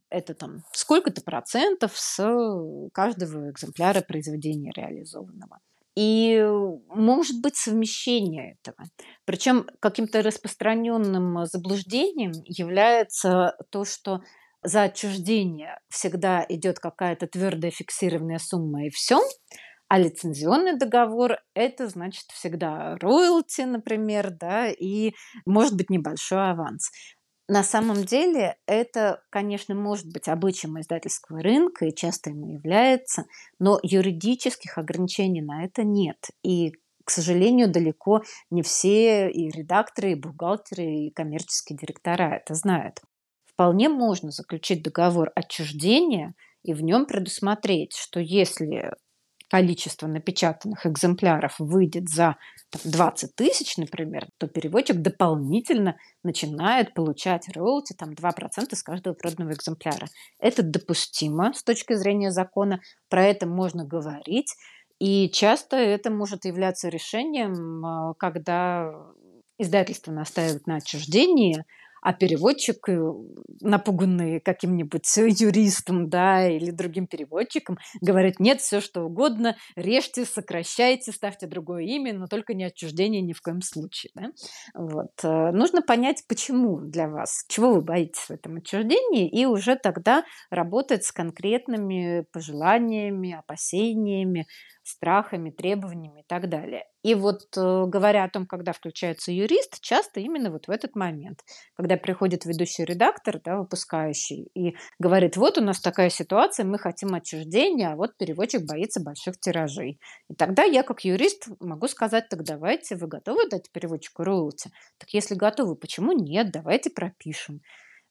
B: это там сколько-то процентов с каждого экземпляра произведения реализованного. И может быть совмещение этого. Причем каким-то распространенным заблуждением является то, что за отчуждение всегда идет какая-то твердая фиксированная сумма и все, а лицензионный договор – это значит всегда роялти, например, да, и может быть небольшой аванс. На самом деле это, конечно, может быть обычаем издательского рынка и часто им и является, но юридических ограничений на это нет. И, к сожалению, далеко не все и редакторы, и бухгалтеры, и коммерческие директора это знают. Вполне можно заключить договор отчуждения и в нем предусмотреть, что если количество напечатанных экземпляров выйдет за там, двадцать тысяч, например, то переводчик дополнительно начинает получать роялти, там два процента с каждого проданного экземпляра. Это допустимо с точки зрения закона, про это можно говорить, и часто это может являться решением, когда издательство настаивает на отчуждении, а переводчик, напуганный каким-нибудь юристом, да, или другим переводчиком, говорит: нет, все что угодно, режьте, сокращайте, ставьте другое имя, но только не отчуждение ни в коем случае. Да? Вот. Нужно понять, почему для вас, чего вы боитесь в этом отчуждении, и уже тогда работать с конкретными пожеланиями, опасениями, страхами, требованиями и так далее. И вот говоря о том, когда включается юрист, часто именно вот в этот момент, когда приходит ведущий редактор, да, выпускающий, и говорит: вот у нас такая ситуация, мы хотим отчуждения, а вот переводчик боится больших тиражей. И тогда я, как юрист, могу сказать: так давайте, вы готовы дать переводчику роялти? Так если готовы, почему нет? Давайте пропишем.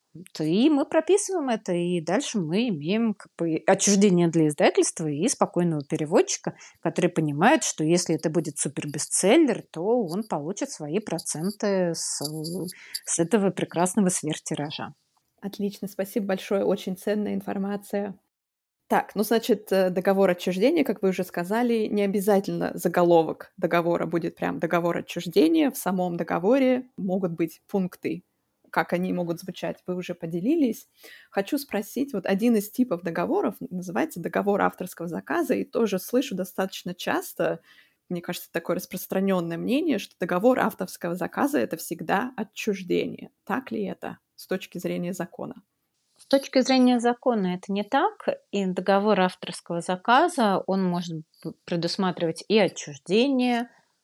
B: И мы прописываем это, и дальше мы имеем как бы отчуждение для издательства и спокойного переводчика, который понимает, что если это будет супербестселлер, то он получит свои проценты с, с этого прекрасного сверхтиража.
A: Отлично, спасибо большое, очень ценная информация. Так, ну, значит, договор отчуждения, как вы уже сказали, не обязательно заголовок договора будет прям договор отчуждения. В самом договоре могут быть пункты, как они могут звучать, вы уже поделились. Хочу спросить, вот один из типов договоров называется договор авторского заказа, и тоже слышу достаточно часто, мне кажется, такое распространенное мнение, что договор авторского заказа – это всегда отчуждение. Так ли это с точки зрения закона?
B: С точки зрения закона это не так, и договор авторского заказа, он может предусматривать и отчуждение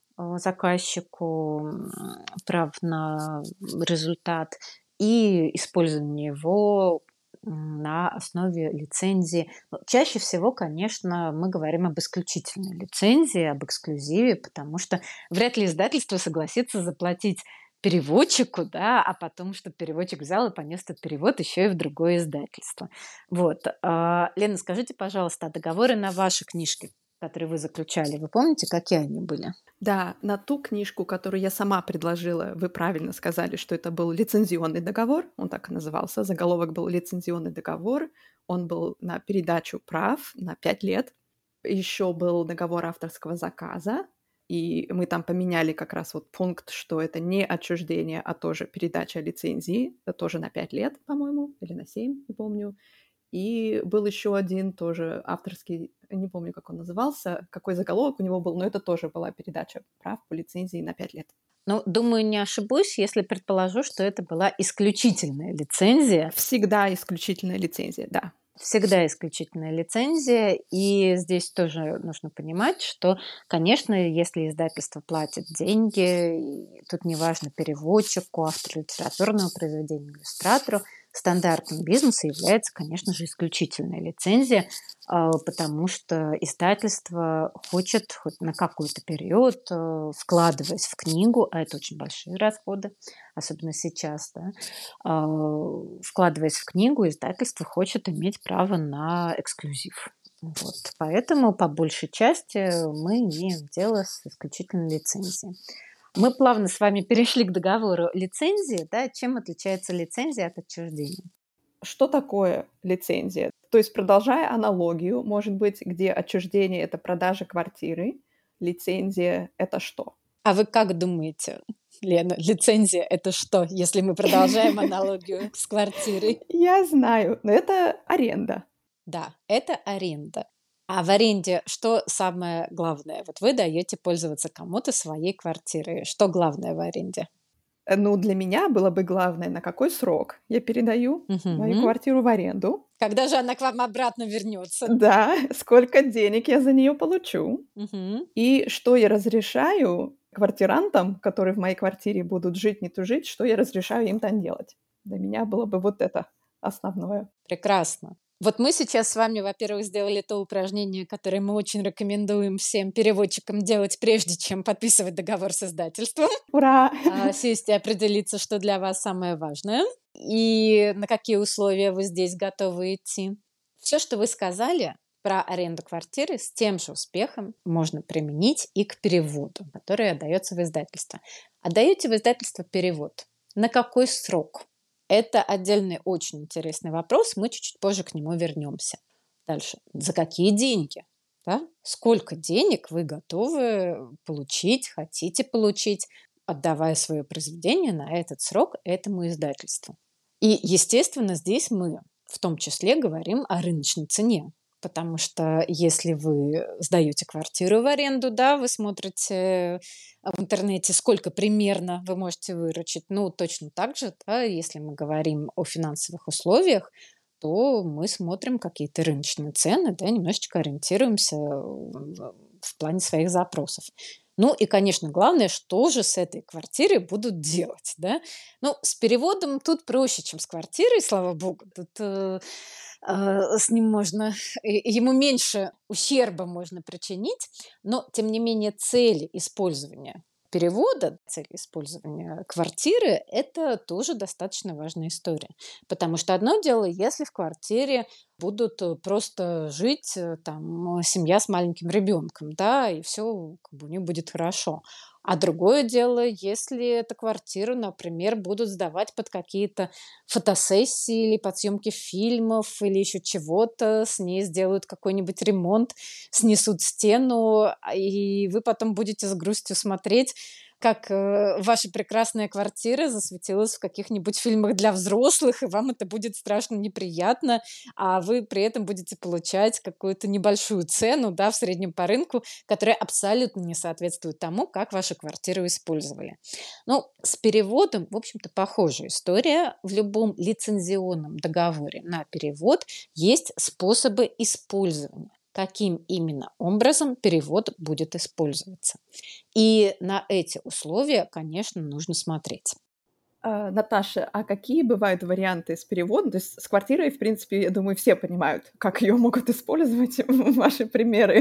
B: заказчику прав на результат и использование его на основе лицензии. Но чаще всего, конечно, мы говорим об исключительной лицензии, об эксклюзиве, потому что вряд ли издательство согласится заплатить переводчику, да, а потом, чтобы переводчик взял и понес этот перевод еще и в другое издательство. Вот. Лена, скажите, пожалуйста, а договоры на ваши книжки, которые вы заключали, вы помните, какие они были?
A: Да, на ту книжку, которую я сама предложила, вы правильно сказали, что это был лицензионный договор, он так и назывался, заголовок был «Лицензионный договор», он был на передачу прав на пять лет. Еще был договор авторского заказа, и мы там поменяли как раз вот пункт, что это не отчуждение, а тоже передача лицензии, это тоже на пять лет, по-моему, или на семь, не помню. И был еще один тоже авторский, не помню, как он назывался, какой заголовок у него был, но это тоже была передача прав по лицензии на пять лет.
B: Ну, думаю, не ошибусь, если предположу, что это была исключительная лицензия.
A: Всегда исключительная лицензия, да.
B: Всегда исключительная лицензия, и здесь тоже нужно понимать, что, конечно, если издательство платит деньги, тут неважно переводчику, автору литературного произведения, иллюстратору, стандартом бизнеса является, конечно же, исключительная лицензия, потому что издательство хочет хоть на какой-то период, вкладываясь в книгу, а это очень большие расходы, особенно сейчас, да, вкладываясь в книгу, издательство хочет иметь право на эксклюзив. Вот. Поэтому по большей части мы имеем дело с исключительной лицензией. Мы плавно с вами перешли к договору лицензии. Да? Чем отличается лицензия от отчуждения?
A: Что такое лицензия? То есть, продолжая аналогию, может быть, где отчуждение – это продажа квартиры, лицензия – это что?
B: А вы как думаете, Лена, лицензия — это что, если мы продолжаем аналогию с квартирой?
A: Я знаю, но это аренда.
B: Да, это аренда. А в аренде что самое главное? Вот вы даете пользоваться кому-то своей квартирой. Что главное в аренде?
A: Э, Ну, для меня было бы главное, на какой срок я передаю мою
B: Мгм.
A: квартиру в аренду.
B: Когда же она к вам обратно вернется?
A: Да, сколько денег я за нее получу.
B: Мгм.
A: И что я разрешаю квартирантам, которые в моей квартире будут жить, не тужить, что я разрешаю им там делать. Для меня было бы вот это основное.
B: Прекрасно. Вот мы сейчас с вами, во-первых, сделали то упражнение, которое мы очень рекомендуем всем переводчикам делать, прежде чем подписывать договор с издательством.
A: Ура!
B: А, Сесть и определиться, что для вас самое важное и на какие условия вы здесь готовы идти. Все, что вы сказали про аренду квартиры, с тем же успехом можно применить и к переводу, который отдается в издательство. Отдаете в издательство перевод. На какой срок? Это отдельный очень интересный вопрос. Мы чуть-чуть позже к нему вернемся. Дальше. За какие деньги? Да? Сколько денег вы готовы получить, хотите получить, отдавая свое произведение на этот срок этому издательству? И, естественно, здесь мы в том числе говорим о рыночной цене. Потому что если вы сдаете квартиру в аренду, да, вы смотрите в интернете, сколько примерно вы можете выручить. Ну, точно так же, да, если мы говорим о финансовых условиях, то мы смотрим какие-то рыночные цены, да, немножечко ориентируемся в в плане своих запросов. Ну и, конечно, главное, что же с этой квартирой будут делать, да? Ну, с переводом тут проще, чем с квартирой, слава богу. Тут э, э, с ним можно, и- ему меньше ущерба можно причинить, но, тем не менее, цели использования перевода, цели использования квартиры — это тоже достаточно важная история. Потому что одно дело, если в квартире будут э, просто жить э, там э, семья с маленьким ребенком, да, и все как бы у них будет хорошо. А другое дело, если эту квартиру, например, будут сдавать под какие-то фотосессии или под съемки фильмов или еще чего-то, с ней сделают какой-нибудь ремонт, снесут стену, а, и вы потом будете с грустью смотреть, как э, ваша прекрасная квартира засветилась в каких-нибудь фильмах для взрослых, и вам это будет страшно неприятно, а вы при этом будете получать какую-то небольшую цену, да, в среднем по рынку, которая абсолютно не соответствует тому, как вашу квартиру использовали. Ну, с переводом, в общем-то, похожая история. В любом лицензионном договоре на перевод есть способы использования. Каким именно образом перевод будет использоваться. И на эти условия, конечно, нужно смотреть.
A: А, Наташа, а какие бывают варианты с переводом? То есть с квартирой, в принципе, я думаю, все понимают, как ее могут использовать. Ваши примеры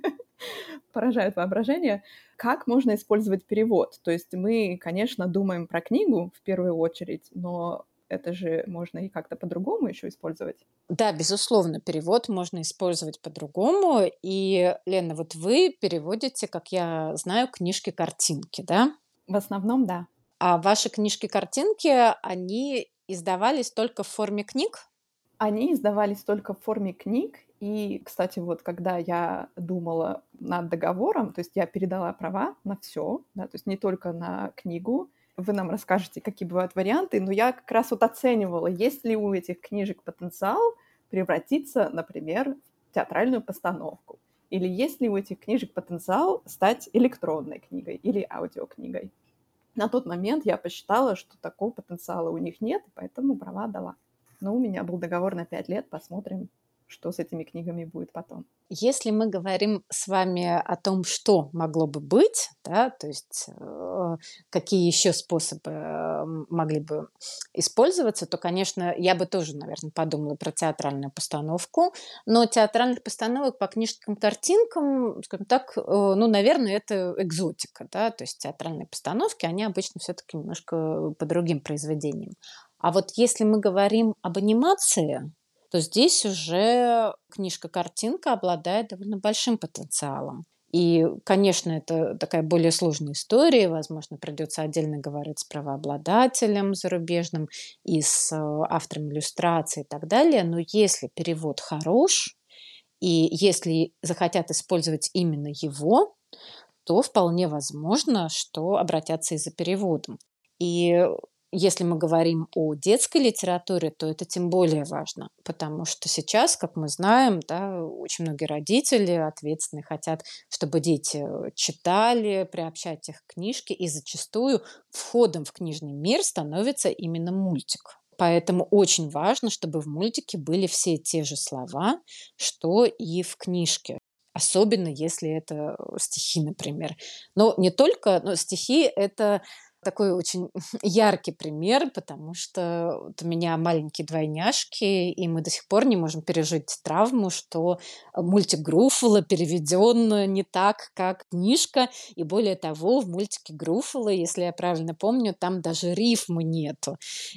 A: поражают воображение. Как можно использовать перевод? То есть мы, конечно, думаем про книгу в первую очередь, но это же можно и как-то по-другому еще использовать.
B: Да, безусловно, перевод можно использовать по-другому. И, Лена, вот вы переводите, как я знаю, книжки-картинки, да?
A: В основном, да.
B: А ваши книжки-картинки, они издавались только в форме книг?
A: Они издавались только в форме книг. И, кстати, вот когда я думала над договором, то есть я передала права на все, да, то есть не только на книгу. Вы нам расскажете, какие бывают варианты, но я как раз вот оценивала, есть ли у этих книжек потенциал превратиться, например, в театральную постановку. Или есть ли у этих книжек потенциал стать электронной книгой или аудиокнигой. На тот момент я посчитала, что такого потенциала у них нет, и поэтому права дала. Но у меня был договор на пять лет, посмотрим, что с этими книгами будет потом.
B: Если мы говорим с вами о том, что могло бы быть, да, то есть э, какие еще способы э, могли бы использоваться, то, конечно, я бы тоже, наверное, подумала про театральную постановку. Но театральных постановок по книжкам, картинкам, скажем так, э, ну, наверное, это экзотика, да, то есть театральные постановки, они обычно все-таки немножко по другим произведениям. А вот если мы говорим об анимации, то здесь уже книжка-картинка обладает довольно большим потенциалом. И, конечно, это такая более сложная история, возможно, придется отдельно говорить с правообладателем зарубежным и с э, автором иллюстрации и так далее, но если перевод хорош, и если захотят использовать именно его, то вполне возможно, что обратятся и за переводом. И если мы говорим о детской литературе, то это тем более важно, потому что сейчас, как мы знаем, да, очень многие родители ответственные хотят, чтобы дети читали, приобщать их к книжке, и зачастую входом в книжный мир становится именно мультик. Поэтому очень важно, чтобы в мультике были все те же слова, что и в книжке. Особенно если это стихи, например. Но не только, но стихи – это такой очень яркий пример, потому что вот у меня маленькие двойняшки, и мы до сих пор не можем пережить травму, что мультик Груффало переведен не так, как книжка. И более того, в мультике Груффало, если я правильно помню, там даже рифмы нету.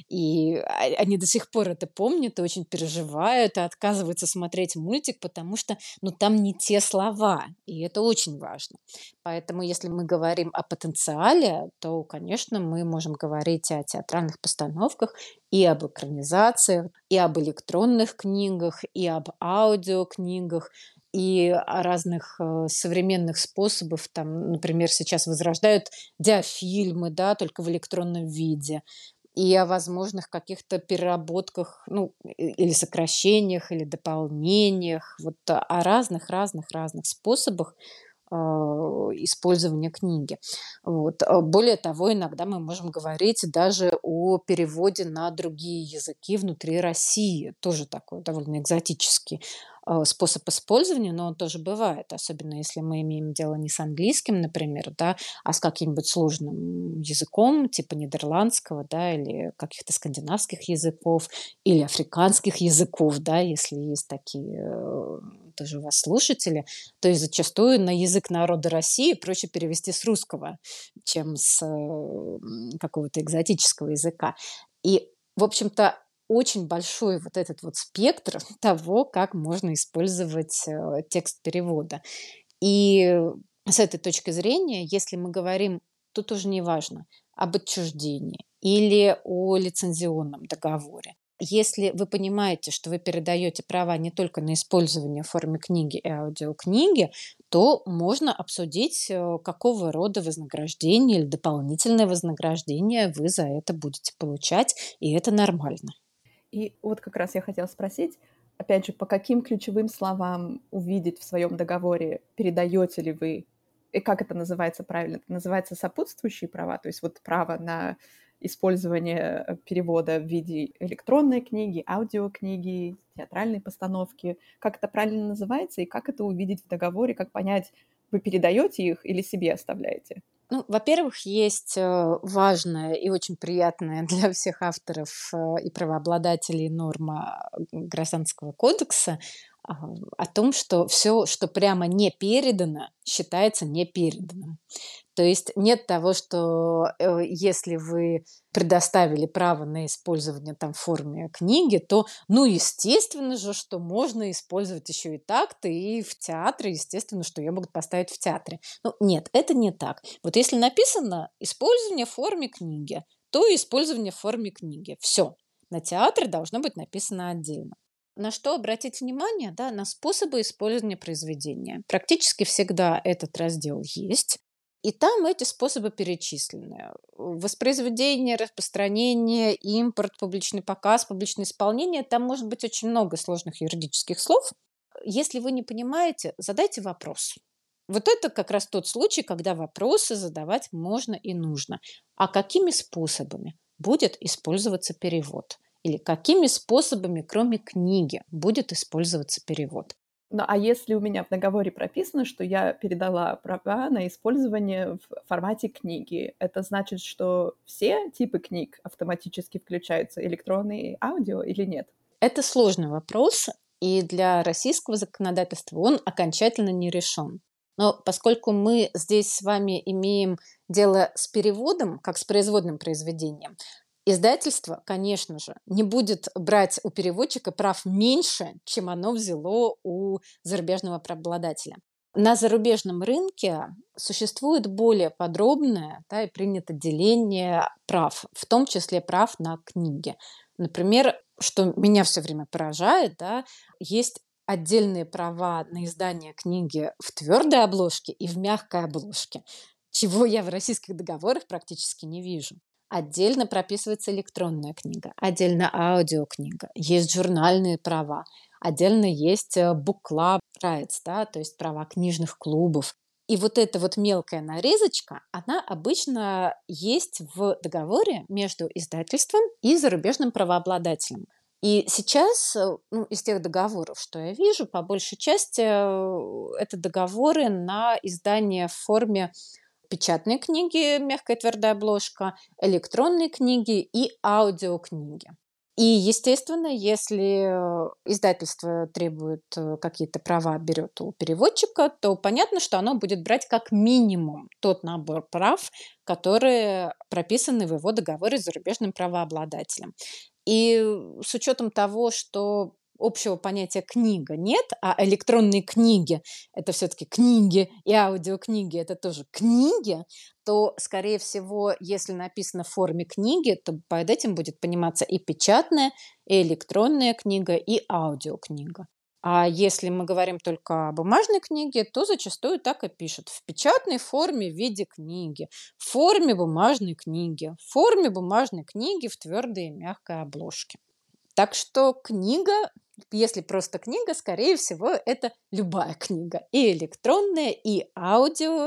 B: И они до сих пор это помнят и очень переживают, и отказываются смотреть мультик, потому что ну, там не те слова, и это очень важно. Поэтому если мы говорим о потенциале, то, конечно, мы можем говорить о театральных постановках и об экранизациях, и об электронных книгах, и об аудиокнигах, и о разных э, современных способах. Там, например, сейчас возрождают диафильмы, да, только в электронном виде, и о возможных каких-то переработках, ну, или сокращениях, или дополнениях, вот о разных-разных-разных способах э, использования книги. Вот. А более того, иногда мы можем говорить даже о переводе на другие языки внутри России. Тоже такой довольно экзотический э, способ использования, но он тоже бывает, особенно если мы имеем дело не с английским, например, да, а с каким-нибудь сложным языком, типа нидерландского, да, или каких-то скандинавских языков, или африканских языков, да, если есть такие э, тоже у вас слушатели, то есть зачастую на язык народа России проще перевести с русского, чем с э, какого-то экзотического языка. И, в общем-то, очень большой вот этот вот спектр того, как можно использовать э, текст перевода. И с этой точки зрения, если мы говорим, тут уже не важно, об отчуждении или о лицензионном договоре. Если вы понимаете, что вы передаете права не только на использование в форме книги и аудиокниги, то можно обсудить, э, какого рода вознаграждение или дополнительное вознаграждение вы за это будете получать, и это нормально.
A: И вот как раз я хотела спросить, опять же, по каким ключевым словам увидеть в своем договоре, передаете ли вы, и как это называется правильно? Это называется сопутствующие права, то есть вот право на использование э, перевода в виде электронной книги, аудиокниги, театральной постановки. Как это правильно называется и как это увидеть в договоре, как понять, вы передаете их или себе оставляете?
B: Ну, во-первых, есть э, важная и очень приятная для всех авторов э, и правообладателей норма э, Гражданского кодекса а, о том, что все, что прямо не передано, считается не переданным. То есть нет того, что э, если вы предоставили право на использование там в форме книги, то, ну, естественно же, что можно использовать еще и так-то, и в театре, естественно, что ее могут поставить в театре. Ну, нет, это не так. Вот если написано «использование в форме книги», то использование в форме книги. Все. На театре должно быть написано отдельно. На что обратить внимание? Да, на способы использования произведения. Практически всегда этот раздел есть. И там эти способы перечислены. Воспроизведение, распространение, импорт, публичный показ, публичное исполнение. Там может быть очень много сложных юридических слов. Если вы не понимаете, задайте вопрос. Вот это как раз тот случай, когда вопросы задавать можно и нужно. А какими способами будет использоваться перевод? Или какими способами, кроме книги, будет использоваться перевод?
A: Ну, а если у меня в договоре прописано, что я передала права на использование в формате книги, это значит, что все типы книг автоматически включаются, электронные, аудио или нет?
B: Это сложный вопрос, и для российского законодательства он окончательно не решен. Но поскольку мы здесь с вами имеем дело с переводом, как с производным произведением, издательство, конечно же, не будет брать у переводчика прав меньше, чем оно взяло у зарубежного правообладателя. На зарубежном рынке существует более подробное, да, и принято деление прав, в том числе прав на книги. Например, что меня все время поражает, да, есть отдельные права на издание книги в твердой обложке и в мягкой обложке, чего я в российских договорах практически не вижу. Отдельно прописывается электронная книга, отдельно аудиокнига, есть журнальные права, отдельно есть book club rights, да, то есть права книжных клубов. И вот эта вот мелкая нарезочка, она обычно есть в договоре между издательством и зарубежным правообладателем. И сейчас, ну, из тех договоров, что я вижу, по большей части э, это договоры на издание в форме печатной книги, мягкая и твердая обложка, электронной книги и аудиокниги. И, естественно, если э, издательство требует э, какие-то права, берет у переводчика, то понятно, что оно будет брать как минимум тот набор прав, которые прописаны в его договоре с зарубежным правообладателем. И с учетом того, что общего понятия книга нет, а электронные книги — это все-таки книги, и аудиокниги — это тоже книги, то, скорее всего, если написано в форме книги, то под этим будет пониматься и печатная, и электронная книга, и аудиокнига. А если мы говорим только о бумажной книге, то зачастую так и пишут: в печатной форме в виде книги, в форме бумажной книги, в форме бумажной книги в твердой и мягкой обложке. Так что книга, если просто книга, скорее всего, это любая книга. И электронная, и аудио,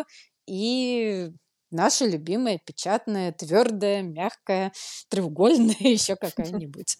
B: и наша любимая печатная, твердая, мягкая, треугольная, еще какая-нибудь.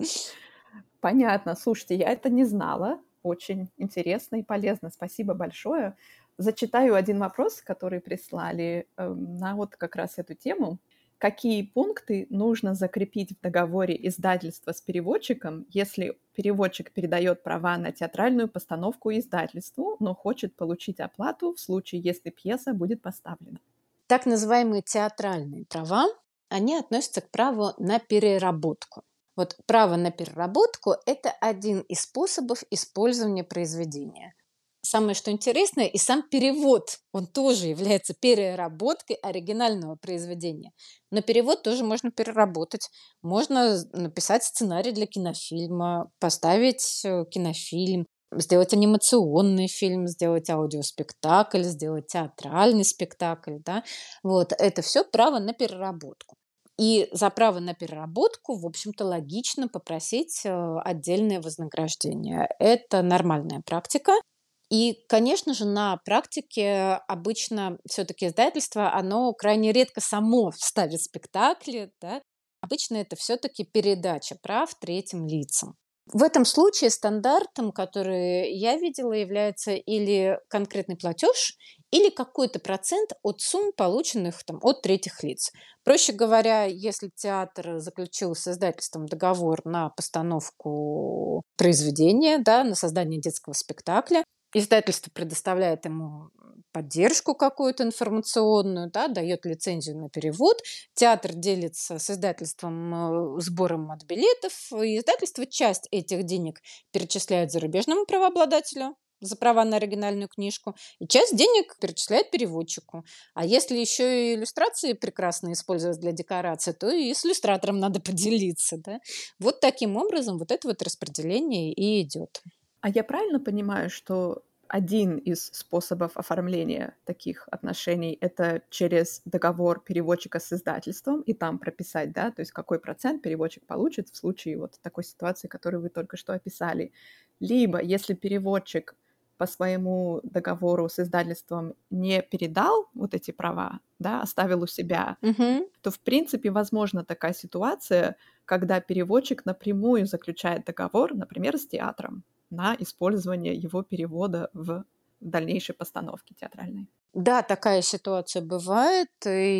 A: Понятно. Слушайте, я это не знала. Очень интересно и полезно. Спасибо большое. Зачитаю один вопрос, который прислали э, на вот как раз эту тему. Какие пункты нужно закрепить в договоре издательства с переводчиком, если переводчик передает права на театральную постановку издательству, но хочет получить оплату в случае, если пьеса будет поставлена?
B: Так называемые театральные права, они относятся к праву на переработку. Вот право на переработку – это один из способов использования произведения. Самое что интересное, и сам перевод, он тоже является переработкой оригинального произведения. Но перевод тоже можно переработать. Можно написать сценарий для кинофильма, поставить кинофильм, сделать анимационный фильм, сделать аудиоспектакль, сделать театральный спектакль. Да? Вот, это все право на переработку. И за право на переработку, в общем-то, логично попросить отдельное вознаграждение. Это нормальная практика. И, конечно же, на практике обычно все-таки издательство, оно крайне редко само ставит спектакли. Да? Обычно это все-таки передача прав третьим лицам. В этом случае стандартом, который я видела, является или конкретный платеж, или какой-то процент от сумм, полученных там, от третьих лиц. Проще говоря, если театр заключил с издательством договор на постановку произведения, да, на создание детского спектакля, издательство предоставляет ему поддержку какую-то информационную, да, дает лицензию на перевод, театр делится с издательством сбором от билетов, и издательство часть этих денег перечисляет зарубежному правообладателю за права на оригинальную книжку, и часть денег перечисляет переводчику. А если еще и иллюстрации прекрасно использовать для декорации, то и с иллюстратором надо поделиться. Да? Вот таким образом вот это вот распределение и идет.
A: А я правильно понимаю, что один из способов оформления таких отношений — это через договор переводчика с издательством, и там прописать, да, то есть какой процент переводчик получит в случае вот такой ситуации, которую вы только что описали. Либо, если переводчик по своему договору с издательством не передал вот эти права, да, оставил у себя,
B: угу.
A: то, в принципе, возможна такая ситуация, когда переводчик напрямую заключает договор, например, с театром, на использование его перевода в дальнейшей постановке театральной.
B: Да, такая ситуация бывает,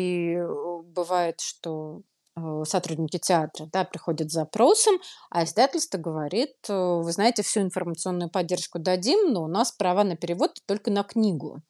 B: и бывает, что сотрудники театра, да, приходят с запросом, а издательство говорит: вы знаете, всю информационную поддержку дадим, но у нас права на перевод только на книгу.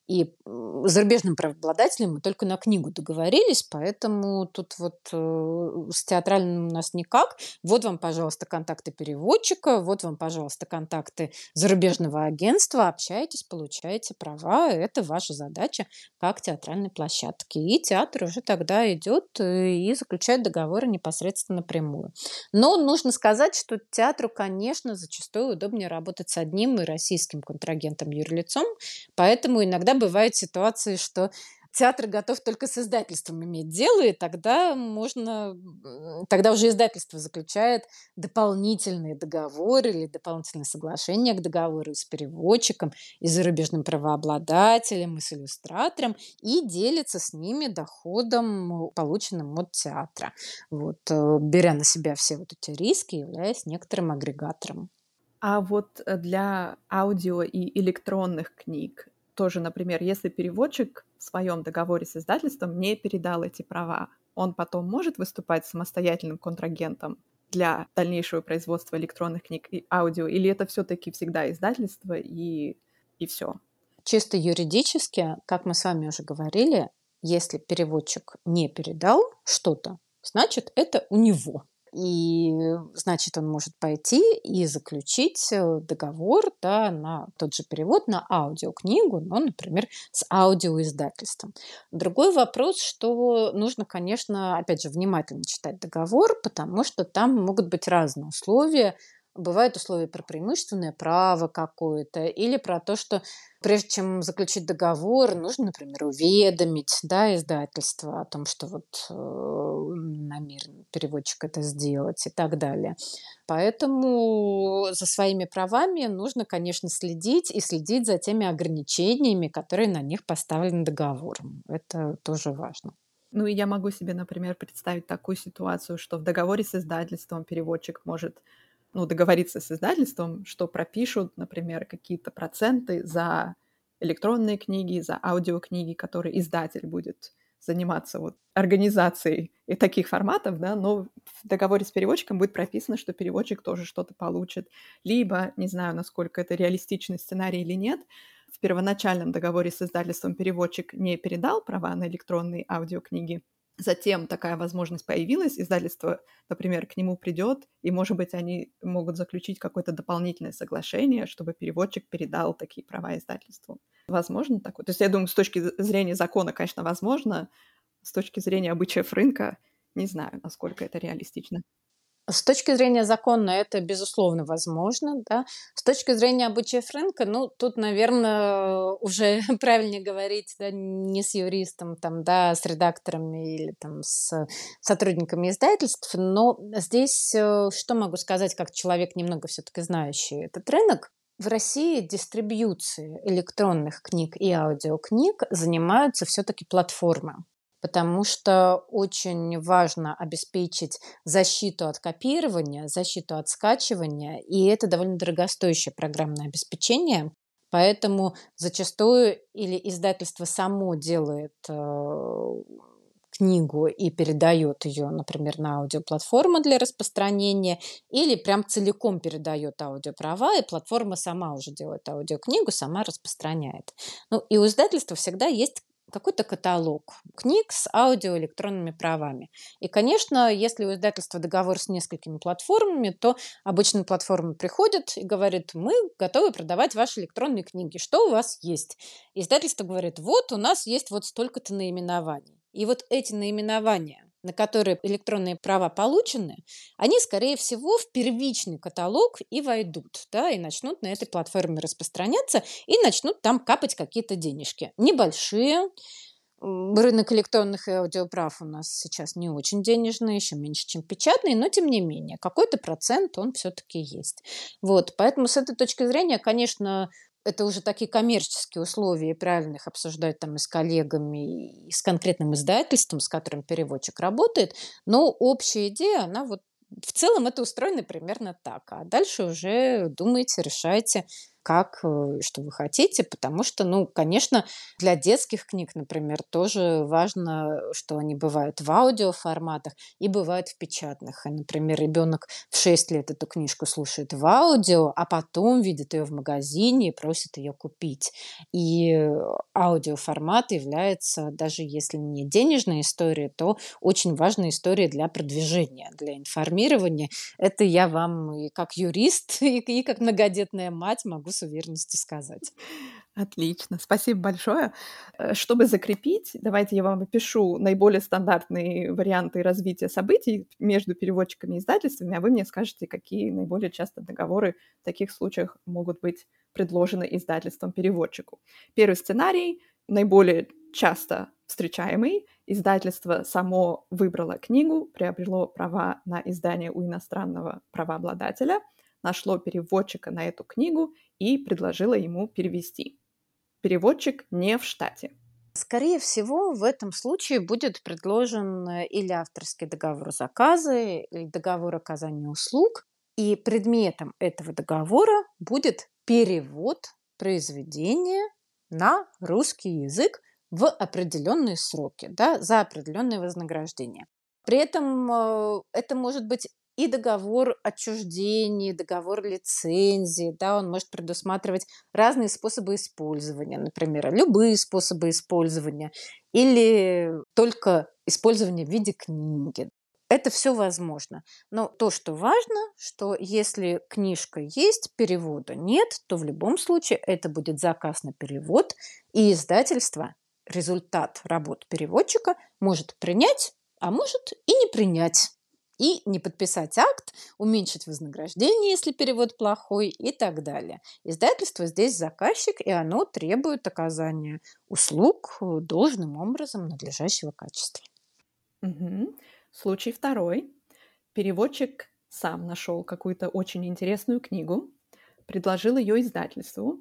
B: И м, с зарубежным правообладателем мы только на книгу договорились, поэтому тут вот э, с театральным у нас никак. Вот вам, пожалуйста, контакты переводчика, вот вам, пожалуйста, контакты зарубежного агентства. Общайтесь, получаете права. Это ваша задача как театральной площадки. И театр уже тогда идет э, и заключает договоры непосредственно напрямую. Но нужно сказать, что театру, конечно, зачастую удобнее работать с одним и российским контрагентом юрлицом, поэтому иногда бывают ситуации, что театр готов только с издательством иметь дело, и тогда можно, м, тогда уже издательство заключает дополнительные договоры или дополнительные соглашения к договору с переводчиком, и зарубежным правообладателем, и с иллюстратором, и делится с ними доходом, полученным от театра, вот, э, беря на себя все вот эти риски, являясь некоторым агрегатором.
A: А вот э, для аудио и электронных книг тоже, например, если переводчик в своем договоре с издательством не передал эти права, он потом может выступать самостоятельным контрагентом для дальнейшего производства электронных книг и аудио, или это все-таки всегда издательство и, и все?
B: Чисто юридически, как мы с вами уже говорили, если переводчик не передал что-то, значит, это у него. И значит, он может пойти и заключить э, договор, да, на тот же перевод, на аудиокнигу, но, например, с аудиоиздательством. Другой вопрос, что нужно, конечно, опять же, внимательно читать договор, потому что там могут быть разные условия. Бывают условия про преимущественное право какое-то или про то, что прежде чем заключить договор, нужно, например, уведомить, да, издательство о том, что вот э, намерен переводчик это сделать и так далее. Поэтому за своими правами нужно, конечно, следить и следить за теми ограничениями, которые на них поставлены договором. Это тоже важно.
A: Ну и я могу себе, например, представить такую ситуацию, что в договоре с издательством переводчик может ну, договориться с издательством, что пропишут, например, какие-то проценты за электронные книги, за аудиокниги, которые издатель будет заниматься вот организацией и таких форматов, да, но в договоре с переводчиком будет прописано, что переводчик тоже что-то получит. Либо, не знаю, насколько это реалистичный сценарий или нет, в первоначальном договоре с издательством переводчик не передал права на электронные аудиокниги. Затем такая возможность появилась, издательство, например, к нему придет, и, может быть, они могут заключить какое-то дополнительное соглашение, чтобы переводчик передал такие права издательству. Возможно такое? То есть я думаю, с точки зрения закона, конечно, возможно, с точки зрения обычаев рынка, не знаю, насколько это реалистично.
B: С точки зрения закона это, безусловно, возможно, да. С точки зрения обычаев рынка, ну, тут, наверное, уже правильнее говорить, да, не с юристом, там, да, с редакторами или там с сотрудниками издательств, но здесь э, что могу сказать, как человек, немного все-таки знающий этот рынок. В России дистрибьюцией электронных книг и аудиокниг занимаются все-таки платформы, потому что очень важно обеспечить защиту от копирования, защиту от скачивания, и это довольно дорогостоящее программное обеспечение. Поэтому зачастую или издательство само делает э, книгу и передает ее, например, на аудиоплатформу для распространения, или прям целиком передает аудиоправа, и платформа сама уже делает аудиокнигу, сама распространяет. Ну, и у издательства всегда есть какой-то каталог книг с аудиоэлектронными правами. И, конечно, если у издательства договор с несколькими платформами, то обычно платформа приходит и говорит: мы готовы продавать ваши электронные книги. Что у вас есть? Издательство говорит: вот у нас есть вот столько-то наименований. И вот эти наименования, на которые электронные права получены, они, скорее всего, в первичный каталог и войдут, да, и начнут на этой платформе распространяться, и начнут там капать какие-то денежки. Небольшие. Рынок электронных и аудиоправ у нас сейчас не очень денежный, еще меньше, чем печатный, но тем не менее, какой-то процент он все-таки есть. Вот, поэтому с этой точки зрения, конечно, это уже такие коммерческие условия, и правильно их обсуждать там и с коллегами, и с конкретным издательством, с которым переводчик работает, но общая идея, она вот в целом это устроено примерно так. А дальше уже думайте, решайте, как, э, что вы хотите, потому что, ну, конечно, для детских книг, например, тоже важно, что они бывают в аудиоформатах и бывают в печатных. И, например, ребенок в шесть лет эту книжку слушает в аудио, а потом видит ее в магазине и просит ее купить. И аудиоформат является, даже если не денежная история, то очень важная история для продвижения, для информирования. Это я вам и как юрист, и, и как многодетная мать могу с уверенностью сказать.
A: Отлично, спасибо большое. Э, Чтобы закрепить, давайте я вам опишу наиболее стандартные варианты развития событий между переводчиками и издательствами, а вы мне скажете, какие наиболее часто договоры в таких случаях могут быть предложены издательством переводчику. Первый сценарий, наиболее часто встречаемый. Издательство само выбрало книгу, приобрело права на издание у иностранного правообладателя, нашло переводчика на эту книгу и предложило ему перевести. Переводчик не в штате.
B: Скорее всего, в этом случае будет предложен э, или авторский договор заказа, или договор оказания услуг, и предметом этого договора будет перевод произведения на русский язык в определенные сроки, да, за определенное вознаграждение. При этом э, это может быть и договор отчуждения, договор лицензии, да, он может предусматривать разные способы использования, например, любые способы использования или только использование в виде книги. Это все возможно. Но то, что важно, что если книжка есть, перевода нет, то в любом случае это будет заказ на перевод, и издательство результат работ переводчика может принять, а может и не принять. И не подписать акт, уменьшить вознаграждение, если перевод плохой и так далее. Издательство здесь заказчик, и оно требует оказания услуг должным образом надлежащего качества.
A: Угу. Случай второй. Переводчик сам нашел какую-то очень интересную книгу, предложил ее издательству,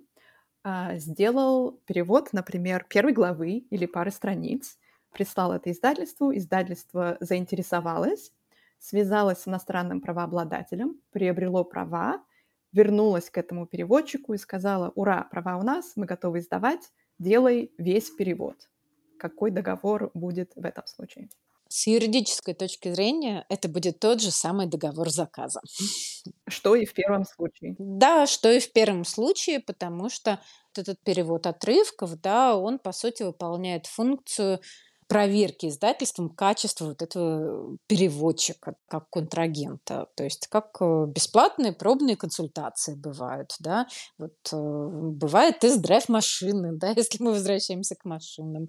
A: а, сделал перевод, например, первой главы или пары страниц, прислал это издательству, издательство заинтересовалось, связалось с иностранным правообладателем, приобрело права, вернулось к этому переводчику и сказала: «Ура, права у нас, мы готовы издавать, делай весь перевод». Какой договор будет в этом случае?
B: С юридической точки зрения это будет тот же самый договор заказа.
A: Что и в первом случае.
B: Да, что и в первом случае, потому что вот этот перевод отрывков, да, он, по сути, выполняет функцию проверки издательством качества вот этого переводчика как контрагента. То есть как э, бесплатные пробные консультации бывают, да. Вот э, бывает тест-драйв машины, да, если мы возвращаемся к машинам.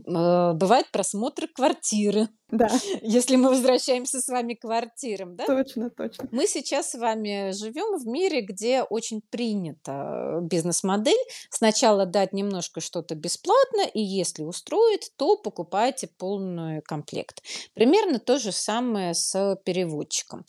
B: Э, Бывает просмотр квартиры,
A: Да,
B: если мы возвращаемся с вами к квартирам, да.
A: точно, точно.
B: Мы сейчас с вами живем в мире, где очень принята бизнес-модель. Сначала дать немножко что-то бесплатно, и если устроит, то покупайте полный комплект. Примерно то же самое с переводчиком.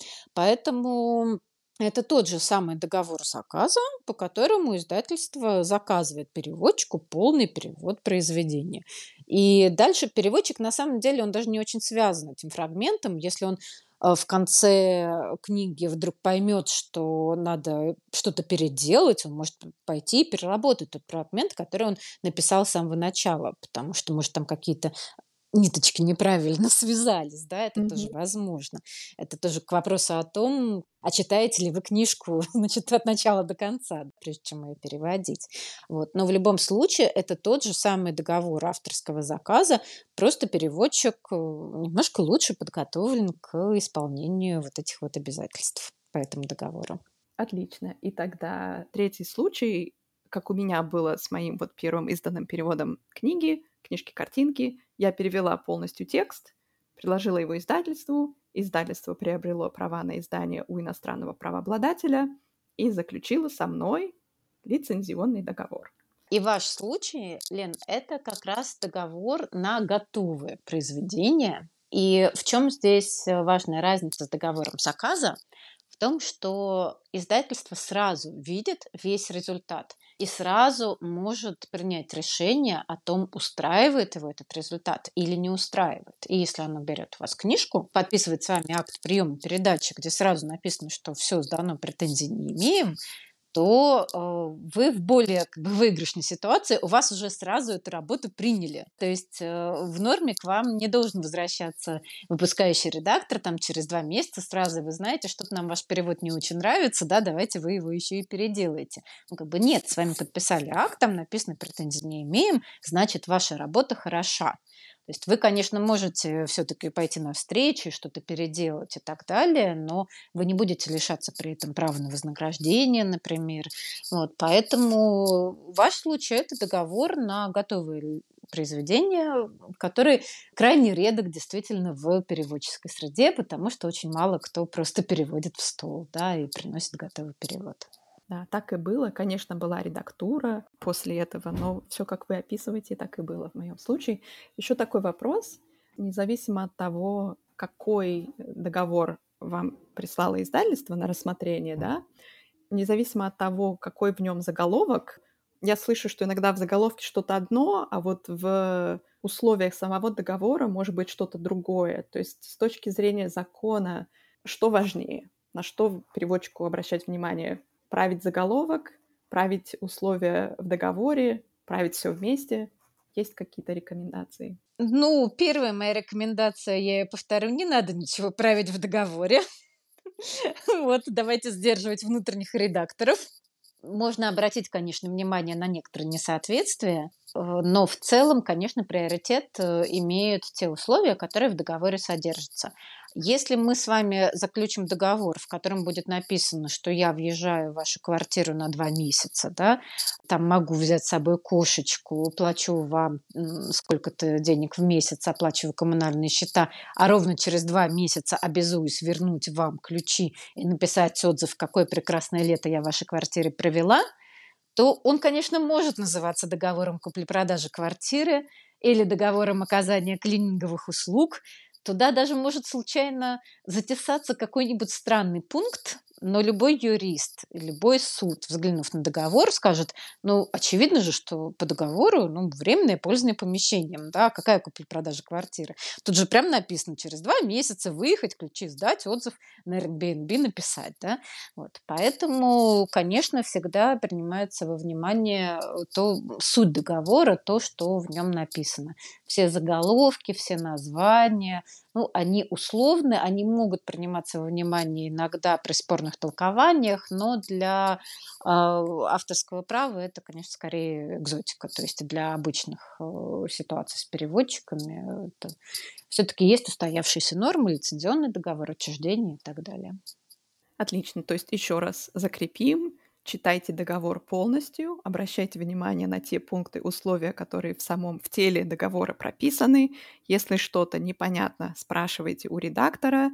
B: Поэтому это тот же самый договор заказа, по которому издательство заказывает переводчику полный перевод произведения. И дальше переводчик, на самом деле, он даже не очень связан этим фрагментом. Если он э, в конце книги вдруг поймет, что надо что-то переделать, он может пойти и переработать тот фрагмент, который он написал с самого начала, потому что, может, там какие-то ниточки неправильно связались, да, это тоже
A: Мгм.
B: возможно. Это тоже к вопросу о том, а читаете ли вы книжку, значит, от начала до конца, прежде чем ее переводить. Вот. Но в любом случае это тот же самый договор авторского заказа, просто переводчик э, немножко лучше подготовлен к исполнению вот этих вот обязательств по этому договору.
A: Отлично. И тогда третий случай, как у меня было с моим вот первым изданным переводом книги, книжки-картинки, я перевела полностью текст, предложила его издательству, издательство приобрело права на издание у иностранного правообладателя и заключило со мной лицензионный договор.
B: И ваш случай, Лен, это как раз договор на готовое произведение. И в чем здесь э, важная разница с договором заказа? В том, что издательство сразу видит весь результат и сразу может принять решение о том, устраивает его этот результат или не устраивает. И если оно берет у вас книжку, подписывает с вами акт приема передачи, где сразу написано, что все сдано, претензий не имеем, то э, вы в более как бы, выигрышной ситуации, у вас уже сразу эту работу приняли. То есть э, в норме к вам не должен возвращаться выпускающий редактор там, через два месяца сразу, вы знаете, что-то нам ваш перевод не очень нравится, да, давайте вы его еще и переделаете. Ну, как бы нет, с вами подписали акт, там написано претензий не имеем, значит, ваша работа хороша. То есть вы, конечно, можете все-таки пойти навстречу и что-то переделать и так далее, но вы не будете лишаться при этом права на вознаграждение, например. Вот, поэтому ваш случай – это договор на готовые произведения, который крайне редок действительно в переводческой среде, потому что очень мало кто просто переводит в стол, да, и приносит готовый перевод.
A: Да, так и было. Конечно, была редактура после этого, но все, как вы описываете, так и было в моем случае. Еще такой вопрос. Независимо от того, какой договор вам прислало издательство на рассмотрение, да, независимо от того, какой в нем заголовок, я слышу, что иногда в заголовке что-то одно, а вот в условиях самого договора может быть что-то другое. То есть с точки зрения закона, что важнее? На что переводчику обращать внимание? Править заголовок, править условия в договоре, править все вместе? Есть какие-то рекомендации?
B: Ну, первая моя рекомендация, я ее повторю, не надо ничего править в договоре. Вот, давайте сдерживать внутренних редакторов. Можно обратить, конечно, внимание на некоторые несоответствия, э, но в целом, конечно, приоритет э, имеют те условия, которые в договоре содержатся. Если мы с вами заключим договор, в котором будет написано, что я въезжаю в вашу квартиру на два месяца, да, там могу взять с собой кошечку, плачу вам м, сколько-то денег в месяц, оплачиваю коммунальные счета, а ровно через два месяца обязуюсь вернуть вам ключи и написать отзыв, какое прекрасное лето я в вашей квартире провела, то он, конечно, может называться договором купли-продажи квартиры или договором оказания клининговых услуг. Туда даже может случайно затесаться какой-нибудь странный пункт, но любой юрист, любой суд, взглянув на договор, скажет, ну, очевидно же, что по договору ну, временное пользование помещением, да, какая купли-продажа квартиры. Тут же прям написано, через два месяца выехать, ключи сдать, отзыв на Airbnb написать, да. Вот. Поэтому, конечно, всегда принимается во внимание то, суть договора, то, что в нем написано. Все заголовки, все названия, ну, они условны, они могут приниматься во внимание иногда при спорных толкованиях, но для э, авторского права это, конечно, скорее экзотика. То есть для обычных э, ситуаций с переводчиками все-таки есть устоявшиеся нормы, лицензионный договор, отчуждение и так далее.
A: Отлично. То есть еще раз закрепим. Читайте договор полностью, обращайте внимание на те пункты, условия, которые в самом в теле договора прописаны. Если что-то непонятно, спрашивайте у редактора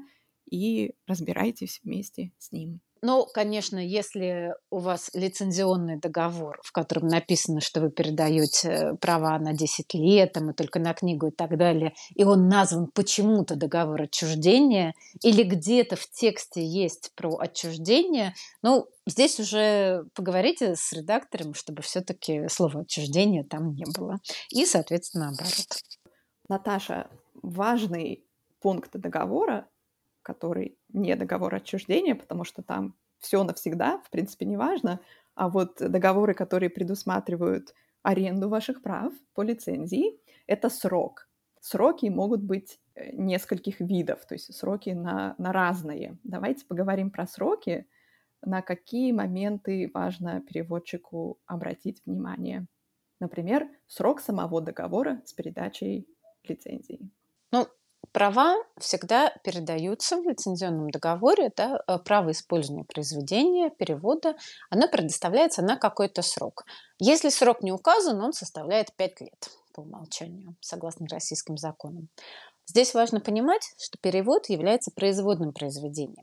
A: и разбирайтесь вместе с ним.
B: Ну, конечно, если у вас лицензионный договор, в котором написано, что вы передаете права на десять лет, там, и только на книгу и так далее, и он назван почему-то договор отчуждения, или где-то в тексте есть про отчуждение, ну, здесь уже поговорите с редактором, чтобы все-таки слова отчуждение там не было. И, соответственно, наоборот.
A: Наташа, важный пункт договора, который не договор отчуждения, потому что там все навсегда, в принципе, не важно, а вот договоры, которые предусматривают аренду ваших прав по лицензии, это срок. Сроки могут быть нескольких видов, то есть сроки на, на разные. Давайте поговорим про сроки, на какие моменты важно переводчику обратить внимание. Например, срок самого договора с передачей лицензии.
B: Ну, права всегда передаются в лицензионном договоре, да, право использования произведения, перевода, оно предоставляется на какой-то срок. Если срок не указан, он составляет пять лет по умолчанию, согласно российским законам. Здесь важно понимать, что перевод является производным произведением.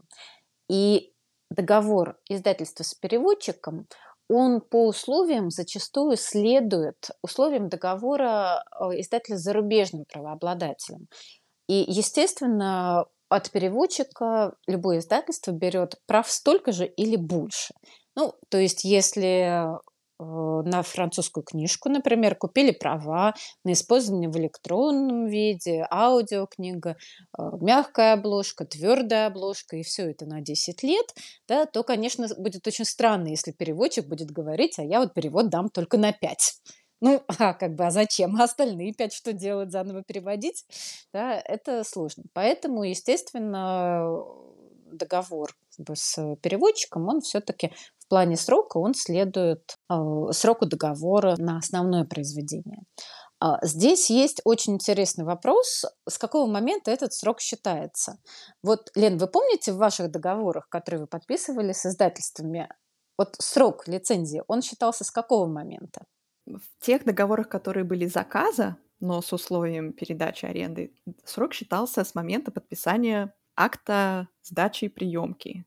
B: И договор издательства с переводчиком, он по условиям зачастую следует условиям договора издателя с зарубежным правообладателем. И, естественно, от переводчика любое издательство берет прав столько же или больше. Ну, то есть, если э, на французскую книжку, например, купили права на использование в электронном виде, аудиокнига, э, мягкая обложка, твердая обложка, и все это на десять лет, да, то, конечно, будет очень странно, если переводчик будет говорить, а я вот перевод дам только на пять. Ну, а как бы, а зачем? А остальные пять что делать? Заново переводить? Да, это сложно. Поэтому, естественно, договор как бы с переводчиком, он все-таки в плане срока, он следует э, сроку договора на основное произведение. А, Здесь есть очень интересный вопрос, с какого момента этот срок считается. Вот, Лен, вы помните в ваших договорах, которые вы подписывали с издательствами, вот срок лицензии, он считался с какого момента?
A: В тех договорах, которые были заказа, но с условием передачи аренды, срок считался с момента подписания акта сдачи и приемки.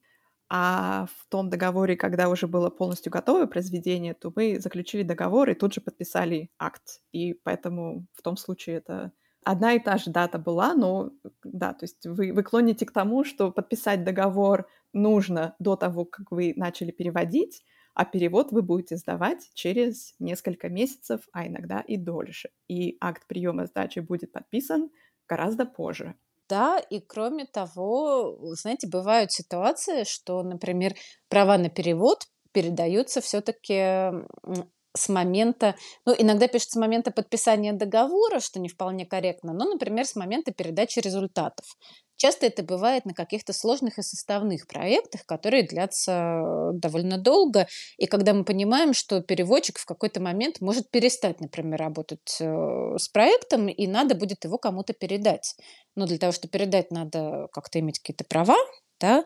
A: А в том договоре, когда уже было полностью готовое произведение, то мы заключили договор и тут же подписали акт. И поэтому в том случае это одна и та же дата была, но да, то есть вы, вы клоните к тому, что подписать договор нужно до того, как вы начали переводить, а перевод вы будете сдавать через несколько месяцев, а иногда и дольше. И акт приема сдачи будет подписан гораздо позже.
B: Да, и кроме того, вы знаете, бывают ситуации, что, например, права на перевод передаются все-таки с момента, ну, иногда пишется с момента подписания договора, что не вполне корректно, но, например, с момента передачи результатов. Часто это бывает на каких-то сложных и составных проектах, которые длятся довольно долго, и когда мы понимаем, что переводчик в какой-то момент может перестать, например, работать э, с проектом, и надо будет его кому-то передать. Но для того, чтобы передать, надо как-то иметь какие-то права, да,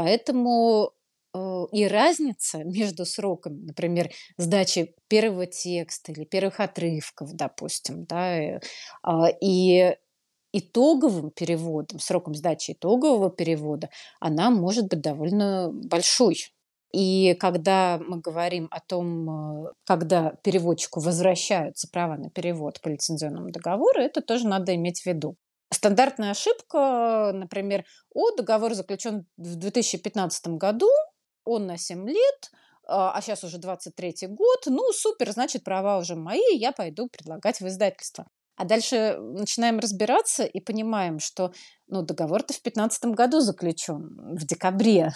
B: поэтому э, и разница между сроками, например, сдачи первого текста или первых отрывков, допустим, да, э, а, и итоговым переводом, сроком сдачи итогового перевода, она может быть довольно большой. И когда мы говорим о том, э, когда переводчику возвращаются права на перевод по лицензионному договору, это тоже надо иметь в виду. Стандартная ошибка, например, о, договор заключен в две тысячи пятнадцатом году, он на семь лет, а сейчас уже двадцать третий год, ну супер, значит, права уже мои, я пойду предлагать в издательство. А дальше начинаем разбираться и понимаем, что ну, договор-то в пятнадцатом году заключен, в декабре,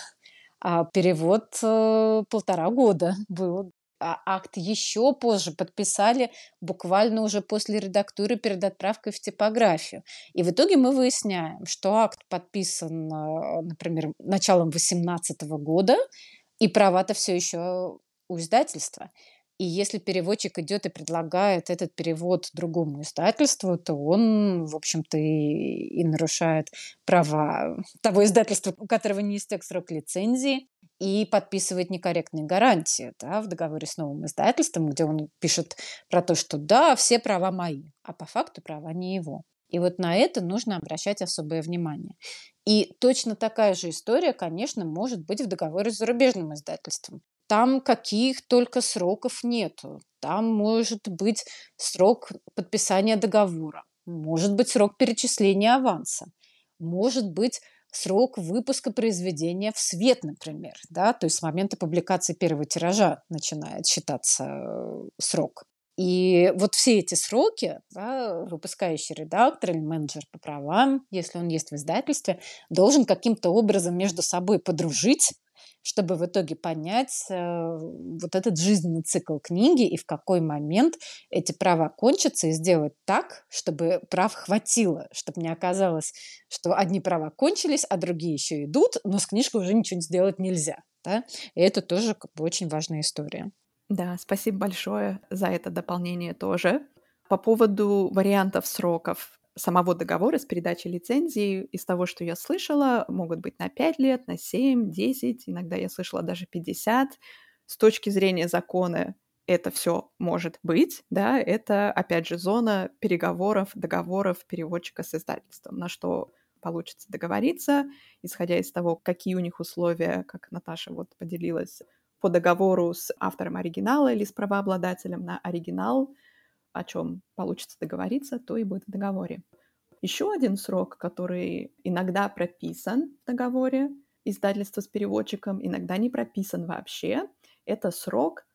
B: а перевод э, полтора года был. А акт еще позже подписали, буквально уже после редактуры перед отправкой в типографию. И в итоге мы выясняем, что акт подписан, э, например, началом восемнадцатого года, и права-то все еще у издательства. И если переводчик идет и предлагает этот перевод другому издательству, то он, в общем-то, и, и нарушает права того издательства, у которого не истек срок лицензии, и подписывает некорректные гарантии, да, в договоре с новым издательством, где он пишет про то, что да, все права мои, а по факту права не его. И вот на это нужно обращать особое внимание. И точно такая же история, конечно, может быть в договоре с зарубежным издательством. Там каких только сроков нету. Там может быть срок подписания договора, может быть срок перечисления аванса, может быть срок выпуска произведения в свет, например. Да? То есть с момента публикации первого тиража начинает считаться э, срок. И вот все эти сроки, да, выпускающий редактор или менеджер по правам, если он есть в издательстве, должен каким-то образом между собой подружить, чтобы в итоге понять э, вот этот жизненный цикл книги и в какой момент эти права кончатся, и сделать так, чтобы прав хватило, чтобы не оказалось, что одни права кончились, а другие еще идут, но с книжкой уже ничего сделать нельзя. Да? И это тоже как бы очень важная история.
A: Да, спасибо большое за это дополнение тоже. По поводу вариантов сроков самого договора с передачей лицензии, из того, что я слышала, могут быть на пять лет, на семь, десять, иногда я слышала даже пятьдесят. С точки зрения закона это все может быть, да, это, опять же, зона переговоров, договоров переводчика с издательством, на что получится договориться, исходя из того, какие у них условия, как Наташа вот поделилась, по договору с автором оригинала или с правообладателем на оригинал, о чем получится договориться, то и будет в договоре. Еще один срок, который иногда прописан в договоре издательства с переводчиком, иногда не прописан вообще, это срок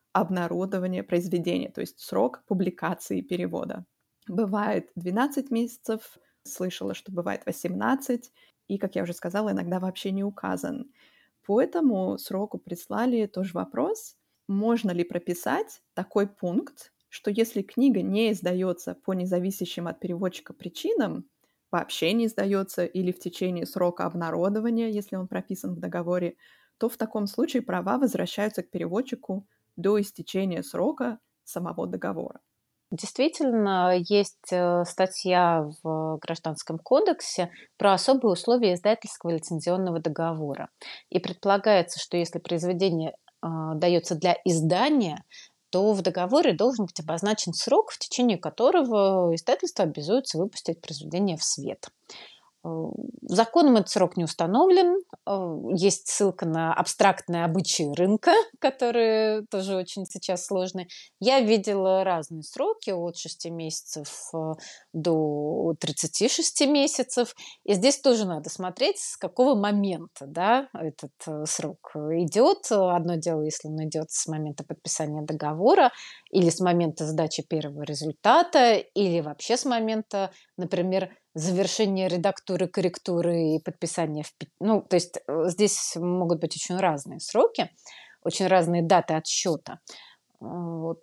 A: обнародования произведения, то есть срок публикации перевода. Бывает двенадцать месяцев, слышала, что бывает восемнадцать, и, как я уже сказала, иногда вообще не указан. По этому сроку прислали тоже вопрос, можно ли прописать такой пункт, что если книга не издается по независящим от переводчика причинам, вообще не издается или в течение срока обнародования, если он прописан в договоре, то в таком случае права возвращаются к переводчику до истечения срока самого договора.
B: Действительно, есть э, статья в Гражданском кодексе про особые условия издательского лицензионного договора. И предполагается, что если произведение э, дается для издания, то в договоре должен быть обозначен срок, в течение которого издательство обязуется выпустить произведение в свет. Законом этот срок не установлен. Есть ссылка на абстрактные обычаи рынка, которые тоже очень сейчас сложны. Я видела разные сроки от шести месяцев до тридцати шести месяцев. И здесь тоже надо смотреть, с какого момента, да, этот срок идет. Одно дело, если он идет с момента подписания договора или с момента сдачи первого результата, или вообще с момента, например, завершение редактуры, корректуры и подписания. В... Ну, то есть здесь могут быть очень разные сроки, очень разные даты отсчета. Вот.